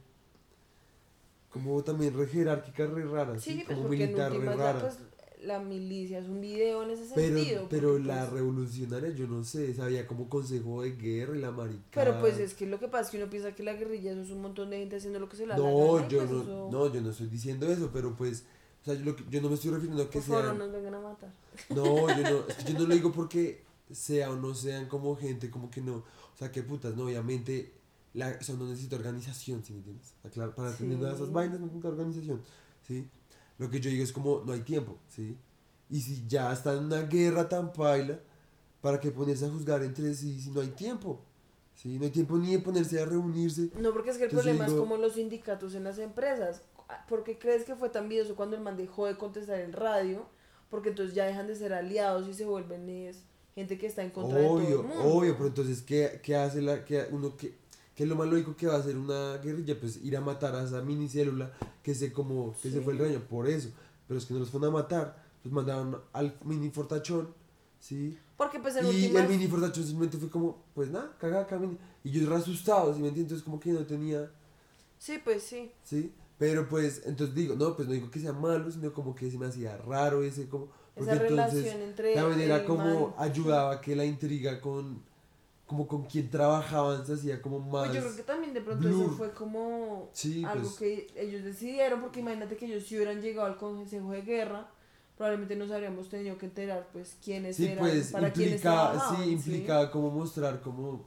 Speaker 2: como también re jerárquica, re rara, sí,
Speaker 1: Sí, pues
Speaker 2: como
Speaker 1: porque en
Speaker 2: militar, re
Speaker 1: últimas ya
Speaker 2: rara.
Speaker 1: pues la milicia es un video en ese
Speaker 2: Pero,
Speaker 1: sentido.
Speaker 2: pero
Speaker 1: porque,
Speaker 2: la
Speaker 1: pues,
Speaker 2: revolucionaria, yo no sé, sabía como consejo de guerra y la maricada.
Speaker 1: pero pues es que lo que pasa es que uno piensa que la guerrilla eso es un montón de gente haciendo lo que se le da la
Speaker 2: No,
Speaker 1: gana y,
Speaker 2: yo
Speaker 1: pues,
Speaker 2: no,
Speaker 1: eso,
Speaker 2: no, yo no estoy diciendo eso, pero pues, o sea, yo, lo que- yo no me estoy refiriendo a que
Speaker 1: por favor,
Speaker 2: sean,
Speaker 1: no nos vengan a matar.
Speaker 2: no, yo no, es que yo no lo digo porque sea o no sean como gente, como que no, o sea, qué putas, no, obviamente, la, o sea, no necesita organización, ¿sí me entiendes? O sea, claro, para
Speaker 1: Sí.
Speaker 2: tener esas vainas no necesita organización, ¿sí? Lo que yo digo es como, no hay tiempo, ¿sí? Y si ya está en una guerra tan paila, ¿para qué ponerse a juzgar entre sí si no hay tiempo? ¿Sí? No hay tiempo ni de ponerse a reunirse.
Speaker 1: No, porque es que el
Speaker 2: Entonces yo
Speaker 1: problema es
Speaker 2: digo-
Speaker 1: como los sindicatos en las empresas. ¿Por qué crees que fue tan vidioso cuando el man dejó de contestar en radio? Porque entonces ya dejan de ser aliados y se vuelven es gente que está en contra de todo
Speaker 2: Obvio,
Speaker 1: el mundo.
Speaker 2: obvio, pero entonces, ¿qué, qué hace la, qué, uno, qué, qué es lo más lógico que va a hacer una guerrilla? Pues ir a matar a esa minicélula que se como, que se
Speaker 1: Sí.
Speaker 2: fue el reño, por eso. Pero es que no los fueron a matar, los mandaron al mini fortachón, ¿sí?
Speaker 1: Porque pues en
Speaker 2: Y
Speaker 1: últimas...
Speaker 2: el mini fortachón simplemente fue como, pues nada, caga, camine. Y yo era asustado, ¿sí me entiendes? Entonces como que no tenía,
Speaker 1: Sí, pues sí.
Speaker 2: ¿sí? Pero pues, entonces digo, no, pues no digo que sea malo, sino como que se me hacía raro ese, como...
Speaker 1: Esa relación entre
Speaker 2: la manera
Speaker 1: el
Speaker 2: como
Speaker 1: man-
Speaker 2: ayudaba que la intriga con, como con quien trabajaban se hacía como más...
Speaker 1: Pues yo creo que también de pronto
Speaker 2: blur.
Speaker 1: eso fue como
Speaker 2: Sí,
Speaker 1: algo
Speaker 2: pues,
Speaker 1: que ellos decidieron, porque imagínate que ellos si hubieran llegado al Consejo de Guerra, probablemente nos habríamos tenido que enterar pues quiénes
Speaker 2: sí,
Speaker 1: eran,
Speaker 2: pues
Speaker 1: para quiénes
Speaker 2: implicaba,
Speaker 1: trabajaban,
Speaker 2: sí, implicaba como mostrar como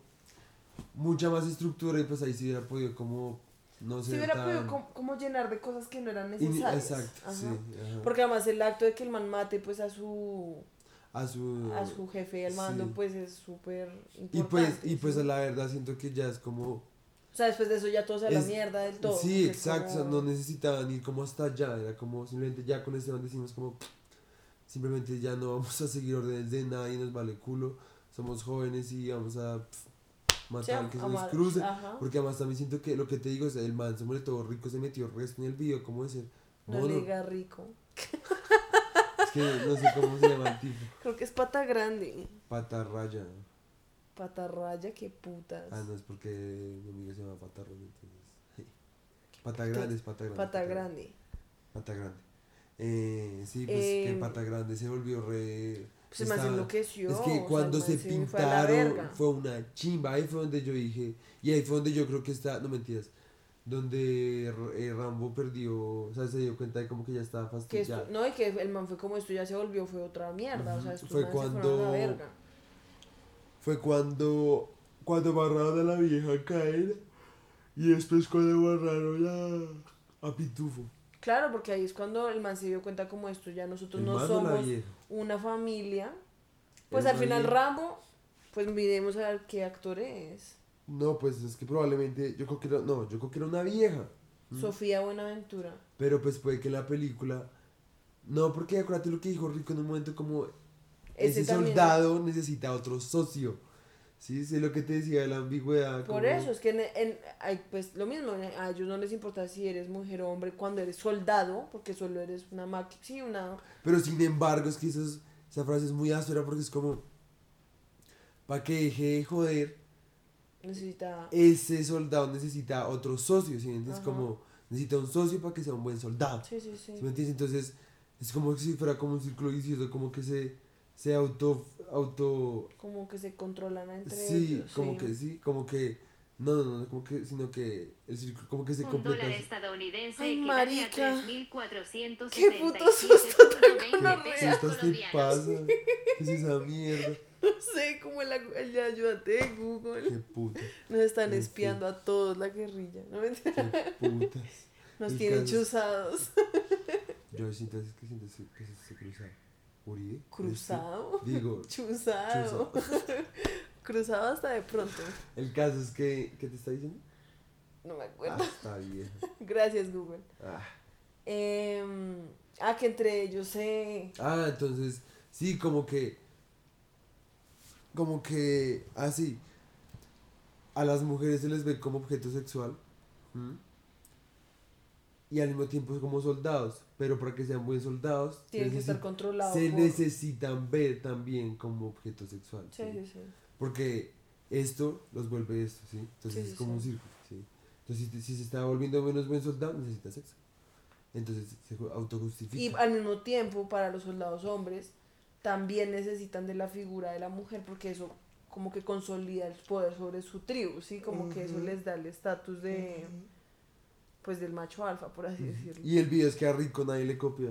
Speaker 2: mucha más estructura y pues ahí sí hubiera podido como, no sé,
Speaker 1: Si hubiera
Speaker 2: tan...
Speaker 1: podido como, como llenar de cosas que no eran
Speaker 2: in-
Speaker 1: necesarias.
Speaker 2: Exacto,
Speaker 1: Ajá.
Speaker 2: sí, ajá.
Speaker 1: Porque además el acto de que el man mate pues a su
Speaker 2: A su...
Speaker 1: a su jefe al mando
Speaker 2: sí.
Speaker 1: pues es súper importante.
Speaker 2: Y pues, y pues
Speaker 1: ¿sí?
Speaker 2: a la verdad siento que ya es como...
Speaker 1: O sea, después de eso ya todo se va a la
Speaker 2: es-
Speaker 1: mierda del todo.
Speaker 2: Sí,
Speaker 1: porque es
Speaker 2: exacto, o sea,
Speaker 1: como-
Speaker 2: no necesitaban ir como hasta allá, era como simplemente ya con Esteban decimos como simplemente ya no vamos a seguir órdenes de nadie, nos vale culo, somos jóvenes y vamos a pf, matar
Speaker 1: Sí,
Speaker 2: al que se nos
Speaker 1: amar-
Speaker 2: cruce,
Speaker 1: ajá.
Speaker 2: porque además también siento que lo que te digo es el man se todo rico, se metió resto en el video, ¿cómo decir?
Speaker 1: No
Speaker 2: Mono,
Speaker 1: le diga rico.
Speaker 2: es que no sé cómo se llama el tipo,
Speaker 1: Creo que es pata grande.
Speaker 2: patarraya,
Speaker 1: Patarraya, qué putas.
Speaker 2: ah no es porque mi amiga se llama patarraya, entonces, pata grande es pata grande.
Speaker 1: Pata grande.
Speaker 2: Pata grande. Eh, sí, pues
Speaker 1: Eh,
Speaker 2: que Pata Grande se volvió re...
Speaker 1: Pues se me
Speaker 2: estaba-
Speaker 1: enloqueció.
Speaker 2: Es
Speaker 1: o
Speaker 2: que
Speaker 1: sea,
Speaker 2: cuando
Speaker 1: el man
Speaker 2: se
Speaker 1: se fue a la
Speaker 2: pintaron
Speaker 1: verga.
Speaker 2: fue una chimba. Ahí fue donde yo dije. Y ahí fue donde yo creo que está. No mentiras. Donde eh, Rambo perdió. O sea, se dio cuenta de como que ya estaba
Speaker 1: Que
Speaker 2: fastidiado.
Speaker 1: esto, no, y que el man fue como esto ya se volvió, fue otra mierda. O sea,
Speaker 2: Ujú.
Speaker 1: estos
Speaker 2: Fue
Speaker 1: manes se fueron a
Speaker 2: cuando-
Speaker 1: la verga.
Speaker 2: Fue cuando. Cuando barraron a la vieja caer. Y después cuando barraron a. A Pitufo.
Speaker 1: Claro, porque ahí es cuando el man se dio cuenta como esto, ya nosotros
Speaker 2: El
Speaker 1: no
Speaker 2: man o la
Speaker 1: somos
Speaker 2: vieja.
Speaker 1: una familia. Pues
Speaker 2: El
Speaker 1: al final
Speaker 2: man-
Speaker 1: Rambo, pues miremos a ver qué actor es.
Speaker 2: No, pues es que probablemente. Yo creo que era. No, yo creo que era una vieja. Mm.
Speaker 1: Sofía Buenaventura.
Speaker 2: Pero pues puede que en la película... No, porque acuérdate lo que dijo Rico en un momento como...
Speaker 1: Ese
Speaker 2: Ese
Speaker 1: también-
Speaker 2: soldado necesita otro socio. Sí, sí, lo que te decía de la ambigüedad.
Speaker 1: Por
Speaker 2: como-
Speaker 1: eso, es que en, en- hay, pues lo mismo, eh, a ellos no les importa si eres mujer o hombre cuando eres soldado, porque solo eres una máquina, sí, una...
Speaker 2: Pero sin embargo, es que eso es- esa frase es muy áspera porque es como... Para que deje de joder,
Speaker 1: Necesita...
Speaker 2: ese soldado necesita otro socio, ¿sí me entiendes?
Speaker 1: Ajá.
Speaker 2: Como necesita un socio para que sea un buen soldado.
Speaker 1: Sí, sí, sí.
Speaker 2: ¿Sí me entiendes? Entonces, es como si fuera como un círculo vicioso, como que se, se auto, auto,
Speaker 1: Como que se controlan entre
Speaker 2: sí,
Speaker 1: ellos.
Speaker 2: como
Speaker 1: sí.
Speaker 2: que sí, como que No, no, no, como que, sino que el círculo como que se
Speaker 3: Un
Speaker 2: completa.
Speaker 3: dólar estadounidense
Speaker 1: Ay,
Speaker 3: equivale a
Speaker 1: marica.
Speaker 3: tres mil cuatrocientos
Speaker 1: Qué
Speaker 3: setenta
Speaker 1: puto
Speaker 3: y siete
Speaker 1: susto
Speaker 3: punto
Speaker 1: tan
Speaker 3: veinte
Speaker 1: gonorrea.
Speaker 3: pesos
Speaker 2: ¿Qué te
Speaker 3: colombianos.
Speaker 2: pasa? ¿Qué es esa mierda?
Speaker 1: No sé, como el, el de ayúdate, Google.
Speaker 2: Qué puta,
Speaker 1: Nos están
Speaker 2: En
Speaker 1: espiando a todos la guerrilla. ¿No me entiendes?
Speaker 2: qué putas.
Speaker 1: Nos
Speaker 2: El
Speaker 1: tienen
Speaker 2: caso es-
Speaker 1: chuzados.
Speaker 2: Yo siento es que siento que es ese cruzado. ¿Uribe?
Speaker 1: ¿Cruzado?
Speaker 2: Este, Digo,
Speaker 1: Chuzado. Cruzado hasta de pronto.
Speaker 2: el caso es que, ¿qué te está diciendo?
Speaker 1: No me
Speaker 2: Ah,
Speaker 1: acuerdo.
Speaker 2: está vieja.
Speaker 1: Gracias, Google.
Speaker 2: Ah.
Speaker 1: Eh, ah, que entre ellos se...
Speaker 2: Ah, entonces, sí, como que, como que, así, a las mujeres se les ve como objeto sexual, ¿m? Y al mismo tiempo como soldados, pero para que sean buenos soldados,
Speaker 1: Tienen que
Speaker 2: necesi-
Speaker 1: estar controlados.
Speaker 2: se
Speaker 1: por-
Speaker 2: necesitan ver también como objeto sexual,
Speaker 1: Sí,
Speaker 2: ¿sí?
Speaker 1: sí, sí.
Speaker 2: Porque esto los vuelve esto, ¿sí? Entonces
Speaker 1: Sí,
Speaker 2: es
Speaker 1: sí,
Speaker 2: como
Speaker 1: sí.
Speaker 2: un círculo, ¿sí? Entonces si, si se está volviendo menos buen soldado, necesita sexo. Entonces se ju- autojustifica.
Speaker 1: Y al mismo tiempo, para los soldados hombres, también necesitan de la figura de la mujer porque eso como que consolida el poder sobre su tribu, ¿sí? Como que eso
Speaker 2: Ujú.
Speaker 1: les da el estatus de, pues, del macho alfa, por así decirlo.
Speaker 2: Y el video es que a Rico nadie le copia.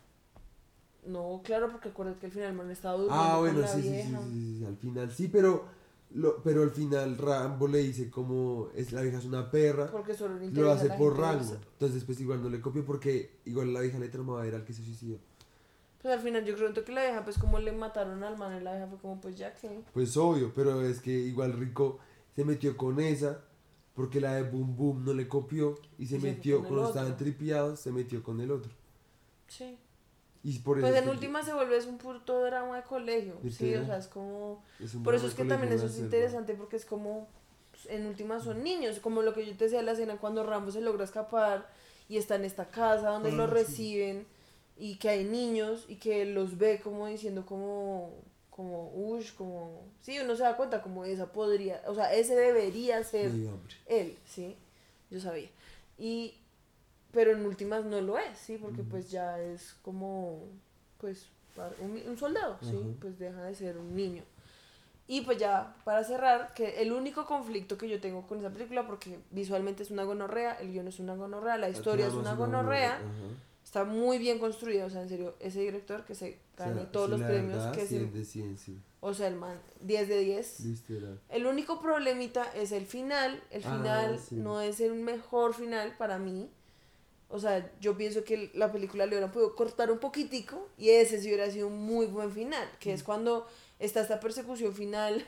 Speaker 1: No, claro, porque acuérdate que al final el man estaba durmiendo
Speaker 2: Ah,
Speaker 1: con
Speaker 2: bueno,
Speaker 1: la
Speaker 2: sí, sí, sí,
Speaker 1: vieja.
Speaker 2: sí, sí, al final sí, pero, lo, pero al final Rambo le dice como es, la vieja es una perra,
Speaker 1: Porque solo le
Speaker 2: lo
Speaker 1: interesa a
Speaker 2: hace
Speaker 1: la
Speaker 2: por
Speaker 1: gente
Speaker 2: rango.
Speaker 1: verse.
Speaker 2: Entonces pues igual no le copio porque igual la vieja le tramaba era el que se suicidó.
Speaker 1: Pues al final yo creo que la vieja, pues como le mataron al man, y la vieja fue como, pues ya que...
Speaker 2: Pues obvio, pero es que igual Rico se metió con esa porque la de Boom Boom no le copió y se
Speaker 1: Y se fue
Speaker 2: metió
Speaker 1: con el
Speaker 2: cuando
Speaker 1: otro.
Speaker 2: estaban tripiados, se metió con el otro.
Speaker 1: Sí.
Speaker 2: Y por eso
Speaker 1: Pues
Speaker 2: es
Speaker 1: en
Speaker 2: que
Speaker 1: última se vuelve es un puto drama de colegio, sí,
Speaker 2: Literal.
Speaker 1: o sea, es como...
Speaker 2: es un
Speaker 1: Por eso
Speaker 2: drama
Speaker 1: es que
Speaker 2: de
Speaker 1: también
Speaker 2: colegio
Speaker 1: eso es
Speaker 2: en la selva.
Speaker 1: interesante porque es como, pues, en última son niños, como lo que yo te decía de la escena cuando Rambo se logra escapar y está en esta casa donde
Speaker 2: Ah,
Speaker 1: lo
Speaker 2: sí.
Speaker 1: reciben y que hay niños y que los ve como diciendo como, como, ush, como, sí, uno se da cuenta como esa podría, o sea, ese debería ser
Speaker 2: Me dio hambre.
Speaker 1: él, sí, yo sabía. Y, pero en últimas no lo es, sí, porque
Speaker 2: Ujú.
Speaker 1: pues ya es como, pues, par- un, un soldado, sí,
Speaker 2: Ajá.
Speaker 1: pues deja de ser un niño. Y pues ya, para cerrar, que el único conflicto que yo tengo con esa película, porque visualmente es una gonorrea, el guión es una gonorrea, la historia es
Speaker 2: trama
Speaker 1: una gonorrea,
Speaker 2: Ajá.
Speaker 1: está muy bien construida, o sea, en serio, ese director que se gane
Speaker 2: O sea,
Speaker 1: todos
Speaker 2: sí,
Speaker 1: los
Speaker 2: la
Speaker 1: premios,
Speaker 2: verdad,
Speaker 1: que
Speaker 2: cien
Speaker 1: se,
Speaker 2: de cien, sí.
Speaker 1: o sea, el man, diez de diez.
Speaker 2: Literal.
Speaker 1: El único problemita es el final. El
Speaker 2: Ah,
Speaker 1: final
Speaker 2: sí.
Speaker 1: no es el mejor final para mí. O sea, yo pienso que la película le hubieran podido cortar un poquitico y ese sí hubiera sido un muy buen final, que es cuando está esta persecución final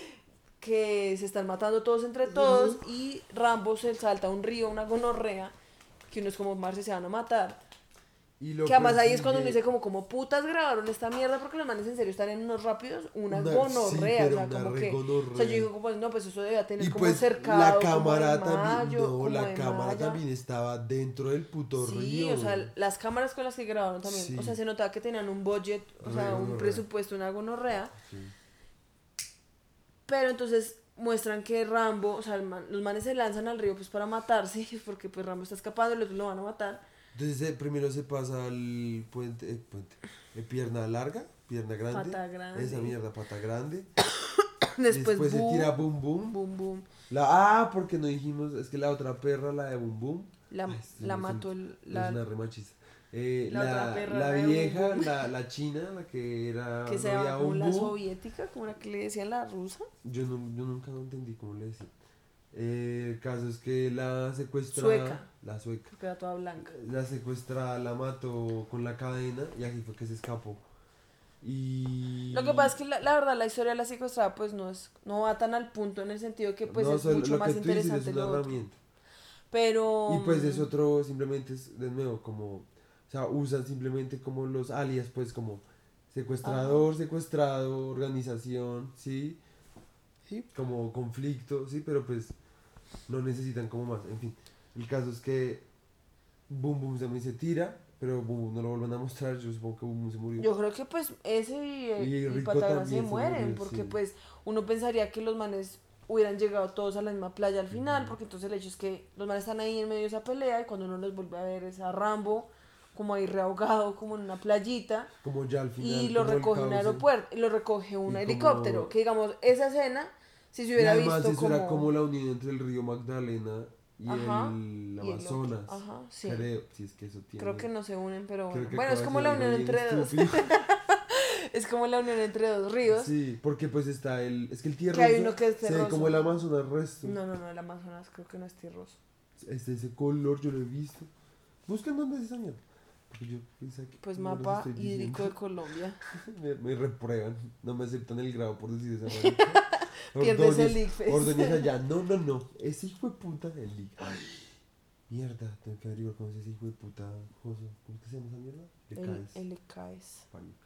Speaker 1: que se están matando todos entre todos y Rambo se salta a un río, una gonorrea, que uno es como, Marce, se van a matar.
Speaker 2: Y lo
Speaker 1: Que además ahí es cuando uno
Speaker 2: persigue-
Speaker 1: dice como, como putas grabaron esta mierda porque los manes en serio están en unos rápidos, una,
Speaker 2: Una-
Speaker 1: gonorrea,
Speaker 2: sí, pero
Speaker 1: o sea,
Speaker 2: una
Speaker 1: como
Speaker 2: re
Speaker 1: que, o sea,
Speaker 2: gonorrea.
Speaker 1: yo digo, pues no, pues eso debía tener
Speaker 2: Y
Speaker 1: como
Speaker 2: pues
Speaker 1: cercado,
Speaker 2: la
Speaker 1: como de
Speaker 2: cámara también,
Speaker 1: mayo,
Speaker 2: no,
Speaker 1: como
Speaker 2: la
Speaker 1: de
Speaker 2: cámara
Speaker 1: malla.
Speaker 2: también estaba dentro del puto
Speaker 1: Sí,
Speaker 2: río.
Speaker 1: o sea, las cámaras con las que grabaron también,
Speaker 2: Sí.
Speaker 1: o sea, se notaba que tenían un budget, o
Speaker 2: Re
Speaker 1: sea, un
Speaker 2: gonorrea.
Speaker 1: presupuesto, una gonorrea,
Speaker 2: Sí.
Speaker 1: pero entonces muestran que Rambo, o sea, el man- los manes se lanzan al río pues para matarse, porque pues Rambo está escapando y los otros lo van a matar.
Speaker 2: Entonces eh, primero se pasa al puente, eh, puente eh, pierna larga, pierna grande,
Speaker 1: Pata grande.
Speaker 2: esa mierda, pata grande.
Speaker 1: Después,
Speaker 2: Después se
Speaker 1: boom,
Speaker 2: tira boom boom.
Speaker 1: boom, boom.
Speaker 2: La, ah, porque no dijimos, es que la otra perra, la de boom boom.
Speaker 1: La,
Speaker 2: Ay, sí,
Speaker 1: la
Speaker 2: es un-
Speaker 1: mató el,
Speaker 2: Es
Speaker 1: la,
Speaker 2: una re machista. Eh,
Speaker 1: la
Speaker 2: la,
Speaker 1: otra perra,
Speaker 2: la
Speaker 1: la de Boom
Speaker 2: vieja,
Speaker 1: Boom.
Speaker 2: la, la china, la que era
Speaker 1: que se
Speaker 2: novia
Speaker 1: llama como
Speaker 2: Boom
Speaker 1: la
Speaker 2: Boom.
Speaker 1: soviética, como la que le decían la rusa.
Speaker 2: Yo, no, yo nunca lo entendí cómo le decían. Eh, el caso es que la secuestrada,
Speaker 1: Sueca.
Speaker 2: la sueca,
Speaker 1: Porque era toda blanca.
Speaker 2: la secuestrada la mató con la cadena y así fue que se escapó. Y...
Speaker 1: Lo que pasa es que la, la verdad la historia de la secuestrada pues no es no va tan al punto en el sentido que pues
Speaker 2: No,
Speaker 1: es
Speaker 2: solo-
Speaker 1: mucho
Speaker 2: lo
Speaker 1: más
Speaker 2: que tú dices
Speaker 1: interesante
Speaker 2: es
Speaker 1: lo
Speaker 2: una
Speaker 1: otro.
Speaker 2: herramienta.
Speaker 1: Pero
Speaker 2: Y pues es otro, simplemente es de nuevo como, o sea, usan simplemente como los alias, pues como secuestrador, secuestrado, organización, ¿sí?
Speaker 1: Sí.
Speaker 2: Como conflicto, sí, pero pues no necesitan como más, en fin. El caso es que Boom Boom también se tira, pero Boom Boom no lo vuelven a mostrar, yo supongo que Boom Boom se murió.
Speaker 1: yo creo que pues ese y,
Speaker 2: Y
Speaker 1: y
Speaker 2: Rico
Speaker 1: Patagrande
Speaker 2: también
Speaker 1: se
Speaker 2: se
Speaker 1: mueren
Speaker 2: murió,
Speaker 1: porque
Speaker 2: sí.
Speaker 1: pues uno pensaría que los manes hubieran llegado todos a la misma playa al final,
Speaker 2: Ujú.
Speaker 1: porque entonces el hecho es que los manes están ahí en medio de esa pelea y cuando uno los vuelve a ver es a Rambo como ahí rehogado como en una playita
Speaker 2: Como ya al final.
Speaker 1: y lo
Speaker 2: como el
Speaker 1: recoge un
Speaker 2: cauce.
Speaker 1: aeropuerto, lo recoge un
Speaker 2: Y
Speaker 1: helicóptero,
Speaker 2: como-
Speaker 1: que digamos esa escena Si se
Speaker 2: Y
Speaker 1: hubiera
Speaker 2: además
Speaker 1: visto
Speaker 2: eso
Speaker 1: como...
Speaker 2: era como la unión entre el río Magdalena y
Speaker 1: Ajá,
Speaker 2: el
Speaker 1: y el
Speaker 2: Amazonas.
Speaker 1: otro. Ajá, sí.
Speaker 2: Creo, si es que eso tiene.
Speaker 1: Creo que no se unen, pero
Speaker 2: Creo
Speaker 1: bueno.
Speaker 2: que
Speaker 1: Bueno, es
Speaker 2: acabo
Speaker 1: como
Speaker 2: de
Speaker 1: la
Speaker 2: decir
Speaker 1: unión
Speaker 2: algo bien
Speaker 1: entre dos.
Speaker 2: estúpido.
Speaker 1: Es como la unión entre dos ríos.
Speaker 2: Sí, porque pues está el. Es que el tierroso
Speaker 1: Que hay uno que es
Speaker 2: se ve
Speaker 1: terroso.
Speaker 2: como el Amazonas resto.
Speaker 1: No, no, no, el Amazonas creo que no es tierroso.
Speaker 2: Este, ese color yo lo he visto. Busquen dónde es esa mierda. Porque yo pensé que
Speaker 1: Pues
Speaker 2: no los
Speaker 1: mapa
Speaker 2: estoy
Speaker 1: hídrico de
Speaker 2: diciendo.
Speaker 1: Colombia.
Speaker 2: me, me reprueban. No me aceptan el grado por decir esa mierda.
Speaker 1: Pierdes el
Speaker 2: Ordóñez-
Speaker 1: ICFES.
Speaker 2: Ordóñez allá. No, no, no. Ese hijo de puta el I C. Ay, mierda. Tengo que averiguar cómo es ese hijo de puta. Joso. ¿Cómo es que se llama esa mierda? Le
Speaker 1: El,
Speaker 2: caes.
Speaker 1: el Ecaes.
Speaker 2: Pánica.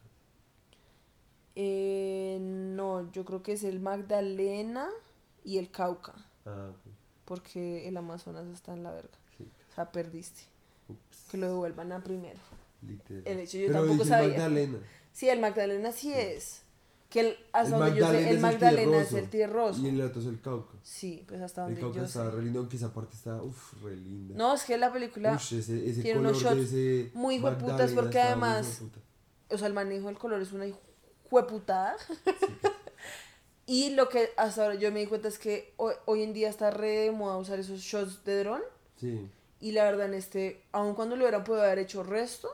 Speaker 1: Eh, no, yo creo que es el Magdalena y el Cauca.
Speaker 2: Ah, ok.
Speaker 1: Porque el Amazonas está en la verga.
Speaker 2: Sí.
Speaker 1: O sea, perdiste.
Speaker 2: Ups.
Speaker 1: Que lo devuelvan a primero.
Speaker 2: Literal.
Speaker 1: El hecho yo
Speaker 2: Pero
Speaker 1: tampoco
Speaker 2: dije
Speaker 1: sabía.
Speaker 2: Magdalena.
Speaker 1: Sí, el Magdalena sí, es. Que el, hasta
Speaker 2: El
Speaker 1: donde yo sé,
Speaker 2: Magdalena
Speaker 1: el
Speaker 2: es
Speaker 1: Magdalena
Speaker 2: el
Speaker 1: es el tierroso.
Speaker 2: Y el otro es el Cauca.
Speaker 1: Sí, pues hasta
Speaker 2: El
Speaker 1: donde
Speaker 2: Cauca
Speaker 1: yo
Speaker 2: está
Speaker 1: sé.
Speaker 2: re lindo, aunque esa parte está, uff, re linda.
Speaker 1: No, es que la película,
Speaker 2: Ush, ese, ese
Speaker 1: tiene
Speaker 2: color
Speaker 1: unos
Speaker 2: de
Speaker 1: shots
Speaker 2: ese
Speaker 1: muy hijueputas
Speaker 2: Magdalena
Speaker 1: porque
Speaker 2: está muy
Speaker 1: además,
Speaker 2: hijueputa.
Speaker 1: o sea, el manejo del color es una hijueputada.
Speaker 2: Sí.
Speaker 1: Y lo que hasta ahora yo me di cuenta es que hoy, hoy en día está re de moda usar esos shots de dron.
Speaker 2: Sí.
Speaker 1: Y la verdad, en este, aun cuando lo hubieran podido haber hecho resto,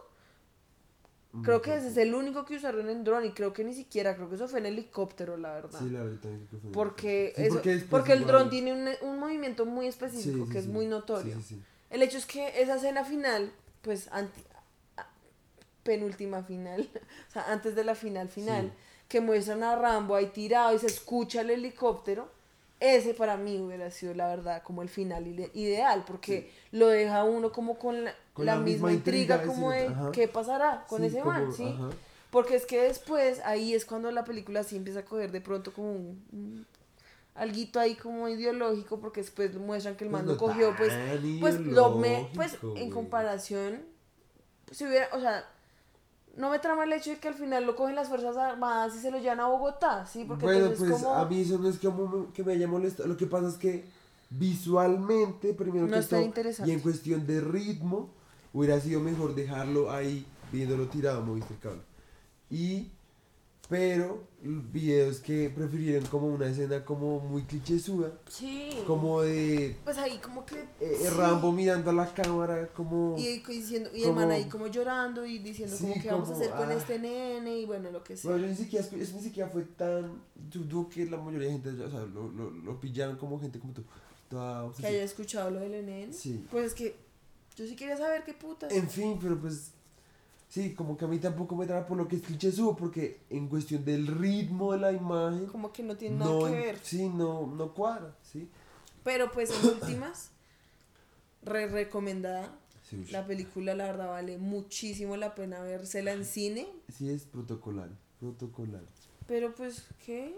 Speaker 1: creo que ese es el único que usaron en dron. Y creo que ni siquiera, creo que eso fue en helicóptero, la verdad.
Speaker 2: Sí, la verdad también creo que fue.
Speaker 1: Porque,
Speaker 2: Sí,
Speaker 1: eso-
Speaker 2: porque, después
Speaker 1: porque el
Speaker 2: igual-
Speaker 1: dron tiene un, un movimiento muy específico
Speaker 2: Sí, sí,
Speaker 1: que es
Speaker 2: sí.
Speaker 1: muy notorio.
Speaker 2: Sí, sí, sí.
Speaker 1: El hecho es que esa escena final, pues anti- a- penúltima final, o sea, antes de la final final,
Speaker 2: Sí.
Speaker 1: que muestran a Rambo ahí tirado y se escucha el helicóptero, ese para mí hubiera sido la verdad como el final ide- ideal, porque lo deja uno como con la,
Speaker 2: Con
Speaker 1: la
Speaker 2: la
Speaker 1: misma,
Speaker 2: misma
Speaker 1: intriga,
Speaker 2: intriga,
Speaker 1: como
Speaker 2: sí,
Speaker 1: de
Speaker 2: ajá.
Speaker 1: qué pasará con
Speaker 2: Sí,
Speaker 1: ese
Speaker 2: como-
Speaker 1: man, ¿sí?
Speaker 2: ajá.
Speaker 1: Porque es que después ahí es cuando la película sí empieza a coger de pronto como un, un alguito ahí como ideológico, porque después muestran que el
Speaker 2: Pues
Speaker 1: man
Speaker 2: no
Speaker 1: lo cogió, pues,
Speaker 2: tan
Speaker 1: pues lo me, pues
Speaker 2: ideológico,
Speaker 1: en
Speaker 2: güey.
Speaker 1: comparación, si hubiera, o sea, no me trama el hecho de que al final lo cogen las Fuerzas Armadas y se lo llevan a Bogotá, ¿sí? Porque
Speaker 2: Bueno,
Speaker 1: entonces
Speaker 2: pues
Speaker 1: como
Speaker 2: a mí eso no es como me- que me haya molestado. Lo que pasa es que visualmente, primero
Speaker 1: No
Speaker 2: que
Speaker 1: es tan
Speaker 2: todo,
Speaker 1: interesante.
Speaker 2: y en cuestión de ritmo, hubiera sido mejor dejarlo ahí, viéndolo tirado, moviste el cable. Y, pero, videos que prefirieron como una escena como muy clichésuda,
Speaker 1: sí,
Speaker 2: como de
Speaker 1: pues ahí como que
Speaker 2: eh,
Speaker 1: sí.
Speaker 2: Rambo mirando a la cámara, como...
Speaker 1: Y, diciendo, y el
Speaker 2: como-
Speaker 1: man ahí como llorando y diciendo como
Speaker 2: Sí,
Speaker 1: qué vamos a
Speaker 2: como,
Speaker 1: hacer con
Speaker 2: ah.
Speaker 1: este nene y bueno, lo que sea.
Speaker 2: Bueno, yo ni siquiera, escu- eso ni siquiera fue tan dudo que la mayoría de gente, o sea, lo, lo, lo pillaron como gente como tú, toda
Speaker 1: Que
Speaker 2: obsesiva.
Speaker 1: haya escuchado lo del nene.
Speaker 2: Sí.
Speaker 1: Pues es que yo sí quería saber qué putas.
Speaker 2: En fin, pero pues, sí, como que a mí tampoco me traba por lo que es clichésudo, porque en cuestión del ritmo de la imagen,
Speaker 1: Como que no tiene nada
Speaker 2: no,
Speaker 1: que
Speaker 2: en-
Speaker 1: ver.
Speaker 2: sí, no, no cuadra, sí.
Speaker 1: Pero pues en últimas, re recomendada.
Speaker 2: Sí, ush.
Speaker 1: La película la verdad vale muchísimo la pena vérsela en cine.
Speaker 2: Sí es protocolar, protocolar.
Speaker 1: Pero pues, ¿qué?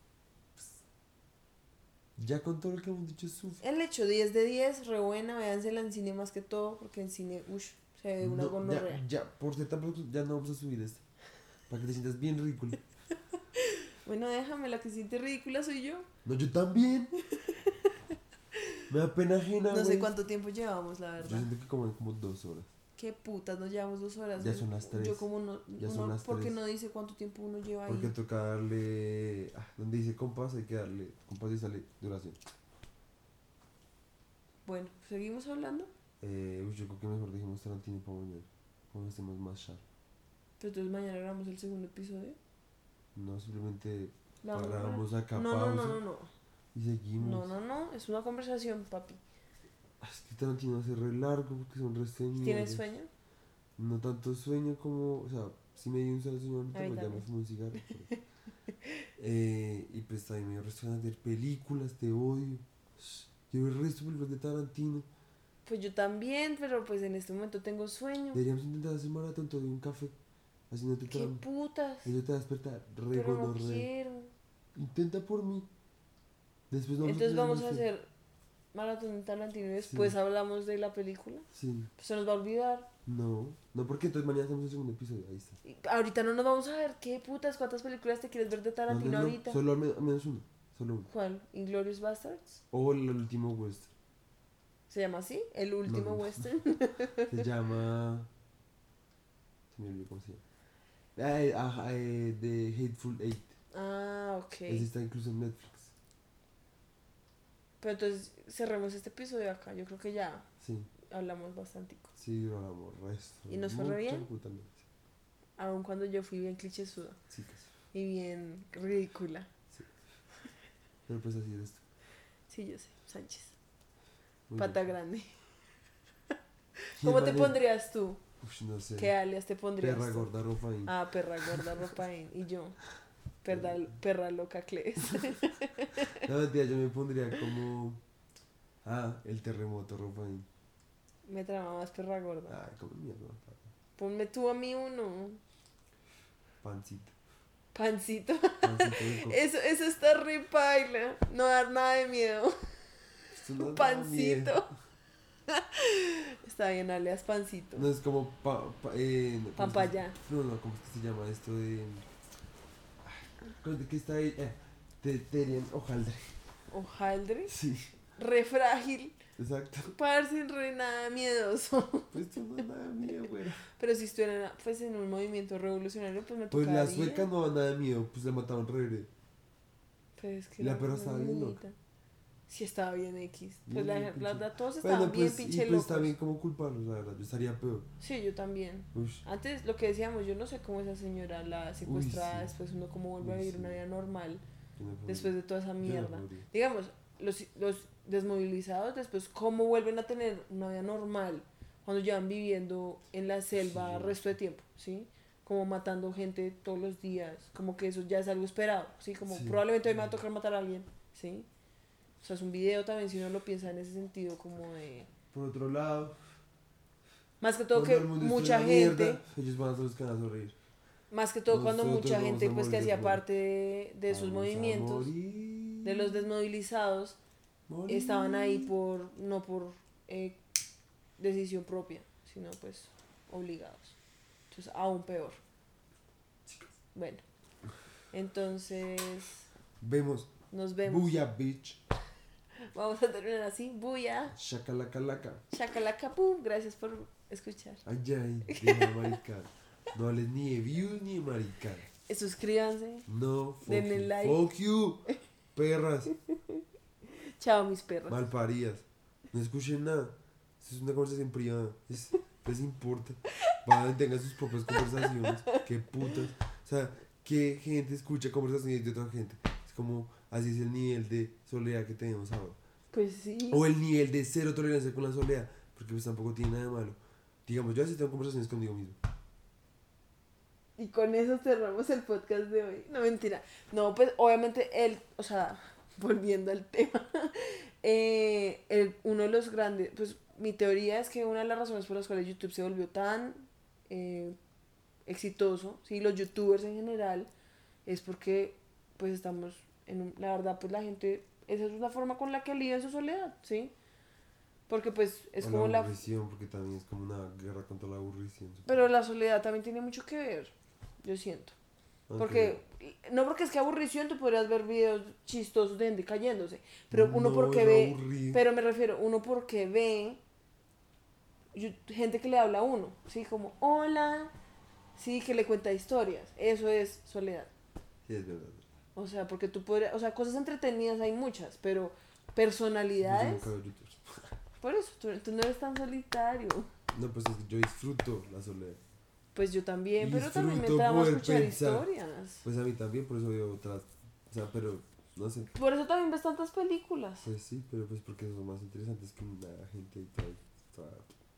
Speaker 2: Ya con todo lo que hemos dicho es suficiente.
Speaker 1: El hecho diez de diez, re buena, véansela en cine más que todo, porque en cine, uff, se ve una
Speaker 2: No,
Speaker 1: gonorrea.
Speaker 2: ya, ya, por ser tan proto- ya no vamos a subir esto, para que te sientas bien ridículo.
Speaker 1: Bueno, déjame, la que siente ridícula soy yo.
Speaker 2: No, yo también. Me da pena ajena,
Speaker 1: No sé
Speaker 2: güey.
Speaker 1: cuánto tiempo llevamos, la
Speaker 2: Yo
Speaker 1: verdad.
Speaker 2: siento que como, como dos horas.
Speaker 1: Qué putas, nos llevamos dos horas.
Speaker 2: Ya
Speaker 1: ¿no?
Speaker 2: son las tres.
Speaker 1: Yo como no,
Speaker 2: Ya
Speaker 1: uno,
Speaker 2: son las
Speaker 1: ¿por qué
Speaker 2: tres.
Speaker 1: no dice cuánto tiempo uno lleva ahí?
Speaker 2: Porque toca darle... Ah, donde dice compás hay que darle... Compás y sale duración.
Speaker 1: Bueno, ¿seguimos hablando?
Speaker 2: Eh, uy, yo creo que mejor dijimos Tarantino para mañana. Cuando estemos más sharp.
Speaker 1: Pero entonces mañana grabamos el segundo episodio.
Speaker 2: No, simplemente
Speaker 1: La vamos a
Speaker 2: paramos acá,
Speaker 1: No, no,
Speaker 2: pausa
Speaker 1: no, no, no.
Speaker 2: y seguimos.
Speaker 1: No, no, no. Es una conversación, papi.
Speaker 2: Ah, es que Tarantino hace re largo porque son resto de
Speaker 1: ¿Tienes
Speaker 2: mierdas.
Speaker 1: sueño?
Speaker 2: No tanto sueño como... O sea, sí me dio un solo sueño ahorita,
Speaker 1: A mí
Speaker 2: pues ya me
Speaker 1: también.
Speaker 2: fumé un cigarro. pero- eh, y pues también me dio resto de ganas de ver películas, te odio. Quiero ver el resto de películas de Tarantino.
Speaker 1: Pues yo también, pero pues en este momento tengo sueño.
Speaker 2: Deberíamos intentar hacer maratón todo de un café. Así no te
Speaker 1: ¿Qué
Speaker 2: traen.
Speaker 1: putas?
Speaker 2: Eso te va a despertar. Re
Speaker 1: Pero no
Speaker 2: gonorrea.
Speaker 1: quiero.
Speaker 2: Intenta por mí. Después vamos
Speaker 1: Entonces
Speaker 2: a
Speaker 1: vamos a
Speaker 2: hacer.
Speaker 1: hacer maratón de Tarantino y después
Speaker 2: Sí.
Speaker 1: hablamos de la película.
Speaker 2: Sí.
Speaker 1: Pues se nos va a olvidar.
Speaker 2: No. No, porque entonces mañana hacemos el segundo episodio. Ahí está.
Speaker 1: Y ahorita no nos vamos a ver. ¿Qué putas? ¿Cuántas películas te quieres ver de
Speaker 2: No,
Speaker 1: Tarantino
Speaker 2: no, no,
Speaker 1: ahorita?
Speaker 2: Solo al men- al menos uno. Solo uno.
Speaker 1: ¿Cuál? ¿Inglorious Bastards?
Speaker 2: O el último western.
Speaker 1: ¿Se llama así? ¿El último
Speaker 2: No, no.
Speaker 1: western?
Speaker 2: Se llama. Se me olvidó cómo se llama. Ah, eh, ajá, eh, The Hateful Eight.
Speaker 1: Ah, ok.
Speaker 2: Ese está incluso en Netflix.
Speaker 1: Pero entonces cerremos este episodio acá. Yo creo que ya
Speaker 2: Sí,
Speaker 1: hablamos bastante.
Speaker 2: sí, hablamos resto.
Speaker 1: ¿Y nos fue re
Speaker 2: Mucha
Speaker 1: bien?
Speaker 2: puta mierda.
Speaker 1: Aun cuando yo fui bien clichésuda
Speaker 2: Sí, casi.
Speaker 1: y bien ridícula.
Speaker 2: Pero pues así eres tú.
Speaker 1: Sí, yo sé. Sánchez.
Speaker 2: Muy
Speaker 1: Pata
Speaker 2: bien.
Speaker 1: grande.
Speaker 2: Y
Speaker 1: ¿Cómo
Speaker 2: el
Speaker 1: te
Speaker 2: man es-
Speaker 1: pondrías tú?
Speaker 2: Uf, no sé.
Speaker 1: ¿Qué alias te pondrías
Speaker 2: Perra
Speaker 1: tú?
Speaker 2: gorda ropa ahí.
Speaker 1: Ah, perra gorda ropaín. Y yo, perra, perra loca Cles.
Speaker 2: No, mentira, yo me pondría como. Ah, el terremoto ropa ahí.
Speaker 1: Me trama más perra gorda.
Speaker 2: Ay, como mierda.
Speaker 1: Ponme tú a mí uno.
Speaker 2: Pancito.
Speaker 1: Pancito.
Speaker 2: Pancito de coco.
Speaker 1: Eso, eso está re paila. No dar nada de miedo.
Speaker 2: Esto no da
Speaker 1: Pancito.
Speaker 2: miedo.
Speaker 1: Está bien, alias pancito.
Speaker 2: No es como pa, pa, eh, no, ¿cómo es que-
Speaker 1: Papaya.
Speaker 2: No, no, ¿cómo es que se llama esto de. Ay, ¿de qué está ahí? Eh, te, Terian hojaldre.
Speaker 1: Hojaldre.
Speaker 2: Sí,
Speaker 1: Re frágil.
Speaker 2: exacto.
Speaker 1: Parce, re nada miedoso.
Speaker 2: Pues esto no da nada de miedo, güey.
Speaker 1: Pero si estuviera pues, en un movimiento revolucionario, pues me
Speaker 2: Pues
Speaker 1: tocaría.
Speaker 2: la sueca no da nada de miedo, pues le mataron re breve.
Speaker 1: Pues es que
Speaker 2: La
Speaker 1: era
Speaker 2: perra
Speaker 1: una
Speaker 2: estaba bien
Speaker 1: niñita. Sí, estaba bien X. Pues
Speaker 2: Bien,
Speaker 1: la,
Speaker 2: bien
Speaker 1: la
Speaker 2: pinche.
Speaker 1: verdad, todos estaban
Speaker 2: Bueno,
Speaker 1: bien
Speaker 2: pues, y
Speaker 1: pinche
Speaker 2: pues
Speaker 1: locos.
Speaker 2: también como culparlos, la verdad, yo estaría peor.
Speaker 1: Sí, yo también.
Speaker 2: Ush,
Speaker 1: Antes, lo que decíamos, yo no sé cómo esa señora la secuestrada,
Speaker 2: sí.
Speaker 1: después uno cómo vuelve
Speaker 2: Uy,
Speaker 1: a vivir
Speaker 2: sí.
Speaker 1: una vida normal,
Speaker 2: yo no podría.
Speaker 1: después de toda esa
Speaker 2: Yo no
Speaker 1: mierda.
Speaker 2: podría.
Speaker 1: Digamos, los, los desmovilizados, después cómo vuelven a tener una vida normal cuando llevan viviendo en la selva
Speaker 2: Sí.
Speaker 1: el resto de tiempo, ¿sí? Como matando gente todos los días, como que eso ya es algo esperado, ¿sí? Como
Speaker 2: Sí.
Speaker 1: probablemente hoy me va a tocar matar a alguien, ¿sí? O sea, es un video también, si uno lo piensa en ese sentido, como de...
Speaker 2: Por otro lado,
Speaker 1: Más que todo
Speaker 2: cuando
Speaker 1: que
Speaker 2: el mundo
Speaker 1: mucha
Speaker 2: esté en la
Speaker 1: gente...
Speaker 2: mierda, ellos van a ser los que van a sonreír.
Speaker 1: Más que todo cuando
Speaker 2: Nosotros
Speaker 1: mucha
Speaker 2: vamos
Speaker 1: gente
Speaker 2: a
Speaker 1: pues que
Speaker 2: morir,
Speaker 1: hacía
Speaker 2: güey.
Speaker 1: parte de, de sus
Speaker 2: Vamos a
Speaker 1: movimientos,
Speaker 2: morir,
Speaker 1: de los desmovilizados,
Speaker 2: morir.
Speaker 1: estaban ahí por no por eh, decisión propia, sino pues obligados. Entonces, aún peor. Bueno, entonces
Speaker 2: Vemos.
Speaker 1: nos vemos.
Speaker 2: Buya, bitch.
Speaker 1: Vamos a terminar así. Buya,
Speaker 2: Shakalaka.
Speaker 1: chacalaca, pum. Gracias por escuchar.
Speaker 2: Ay, ay, deja maricar. No hables ni de views ni de maricar.
Speaker 1: Eh, Suscríbanse.
Speaker 2: No, fuck
Speaker 1: Denle
Speaker 2: you.
Speaker 1: like.
Speaker 2: Fuck you. Perras,
Speaker 1: Chao, mis perros.
Speaker 2: malparidas. No escuchen nada. Esto es una conversación privada. Es, les importa. Van, tengan sus propias conversaciones. Qué putas. O sea, qué gente escucha conversaciones de otra gente. Es como, así es el nivel de soledad que tenemos ahora.
Speaker 1: Pues sí.
Speaker 2: O el nivel de cero tolerancia con la soledad. Porque pues tampoco tiene nada de malo. Digamos, yo así tengo conversaciones conmigo mismo.
Speaker 1: Y con eso cerramos el podcast de hoy. No, mentira. No, pues obviamente él, o sea, volviendo al tema, eh, el- uno de los grandes, pues mi teoría es que una de las razones por las cuales YouTube se volvió tan eh, exitoso, sí, los youtubers en general, es porque pues estamos en un, la verdad, pues la gente, esa es una forma con la que alivia su soledad, ¿sí? Porque pues es
Speaker 2: O
Speaker 1: como
Speaker 2: la
Speaker 1: la...
Speaker 2: aburrición, porque también es como una guerra contra la aburrición.
Speaker 1: Pero la soledad también tiene mucho que ver, yo siento. Porque, no porque es que aburrición, tú podrías ver videos chistosos de gente cayéndose, pero uno
Speaker 2: No,
Speaker 1: porque
Speaker 2: es
Speaker 1: ve,
Speaker 2: aburrido.
Speaker 1: pero me refiero, uno porque ve yo- gente que le habla a uno, ¿sí? Como, hola, sí, que le cuenta historias, eso es soledad.
Speaker 2: Sí, es verdad.
Speaker 1: O sea, porque tú podrías, o sea, cosas entretenidas hay muchas, pero
Speaker 2: Yo
Speaker 1: personalidades,
Speaker 2: nunca veo youtubers.
Speaker 1: por eso, tú, tú no eres tan solitario.
Speaker 2: No, pues es que yo disfruto la soledad.
Speaker 1: Pues yo también, pero también me
Speaker 2: Disfruto
Speaker 1: trama
Speaker 2: poder
Speaker 1: escuchar
Speaker 2: pensar.
Speaker 1: historias.
Speaker 2: Pues a mí también, por eso veo otras. O sea, pero no sé.
Speaker 1: Por eso también ves tantas películas.
Speaker 2: Pues sí, pero pues porque son más interesantes que la gente y todo. toda-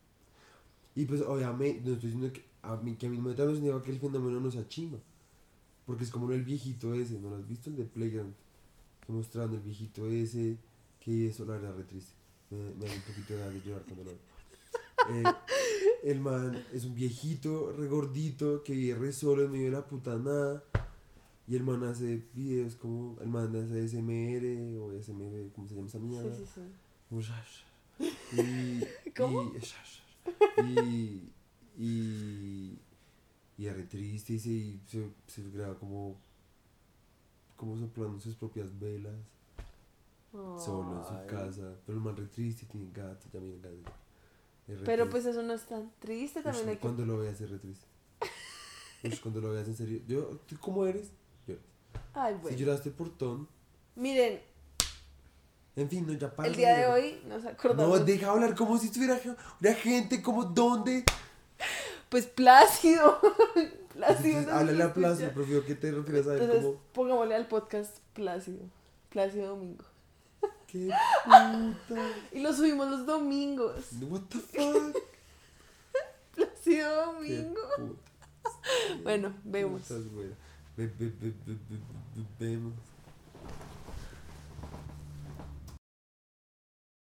Speaker 2: Y pues obviamente, no estoy diciendo que a mí, que a mí me da significa que el fenómeno no sea chimba. Porque es como el viejito ese, ¿no lo has visto? El de Playground. Que mostrando el viejito ese, que eso la verdad re triste. Me, me da un poquito de ganas de llorar cuando lo veo. Eh, el man es un viejito, re gordito, que vive re solo en medio de la puta nada. Y el man hace videos como, el man hace S M R o S M R, ¿cómo se llama esa
Speaker 1: Sí,
Speaker 2: mierda?
Speaker 1: sí, sí.
Speaker 2: Como shash. Y,
Speaker 1: ¿Cómo?
Speaker 2: Y, shash. y, y, y es re triste y se, se, se graba como, como soplando sus propias velas, solo en su
Speaker 1: Ay.
Speaker 2: casa. Pero el man re triste, tiene gato, ya miren gato. Es re
Speaker 1: Pero
Speaker 2: triste.
Speaker 1: pues eso no es tan triste, también
Speaker 2: Ush,
Speaker 1: hay que...
Speaker 2: cuando lo veas es re triste. Ush, cuando lo veas en serio. Yo, ¿tú cómo eres? Lloras.
Speaker 1: Ay,
Speaker 2: Si
Speaker 1: bueno.
Speaker 2: lloraste por Tom,
Speaker 1: Miren,
Speaker 2: En fin, no, ya para.
Speaker 1: El día de hoy nos acordamos.
Speaker 2: No, deja hablar como si estuviera ge- una gente, como dónde.
Speaker 1: Pues Plácido. Plácido.
Speaker 2: Entonces,
Speaker 1: no
Speaker 2: háblale
Speaker 1: nos
Speaker 2: a Plácido,
Speaker 1: escucha.
Speaker 2: prefiero que te refieras a él
Speaker 1: Entonces,
Speaker 2: como.
Speaker 1: pongámosle al podcast Plácido. Plácido Domingo.
Speaker 2: ¡Qué puta!
Speaker 1: Y lo subimos los domingos.
Speaker 2: What the fuck?
Speaker 1: Plácido
Speaker 2: ¡Qué
Speaker 1: Domingo.
Speaker 2: puta!
Speaker 1: Bueno, vemos.
Speaker 2: Putas, güey. Ve- ve- ve- ve- ve- ve- Vemos.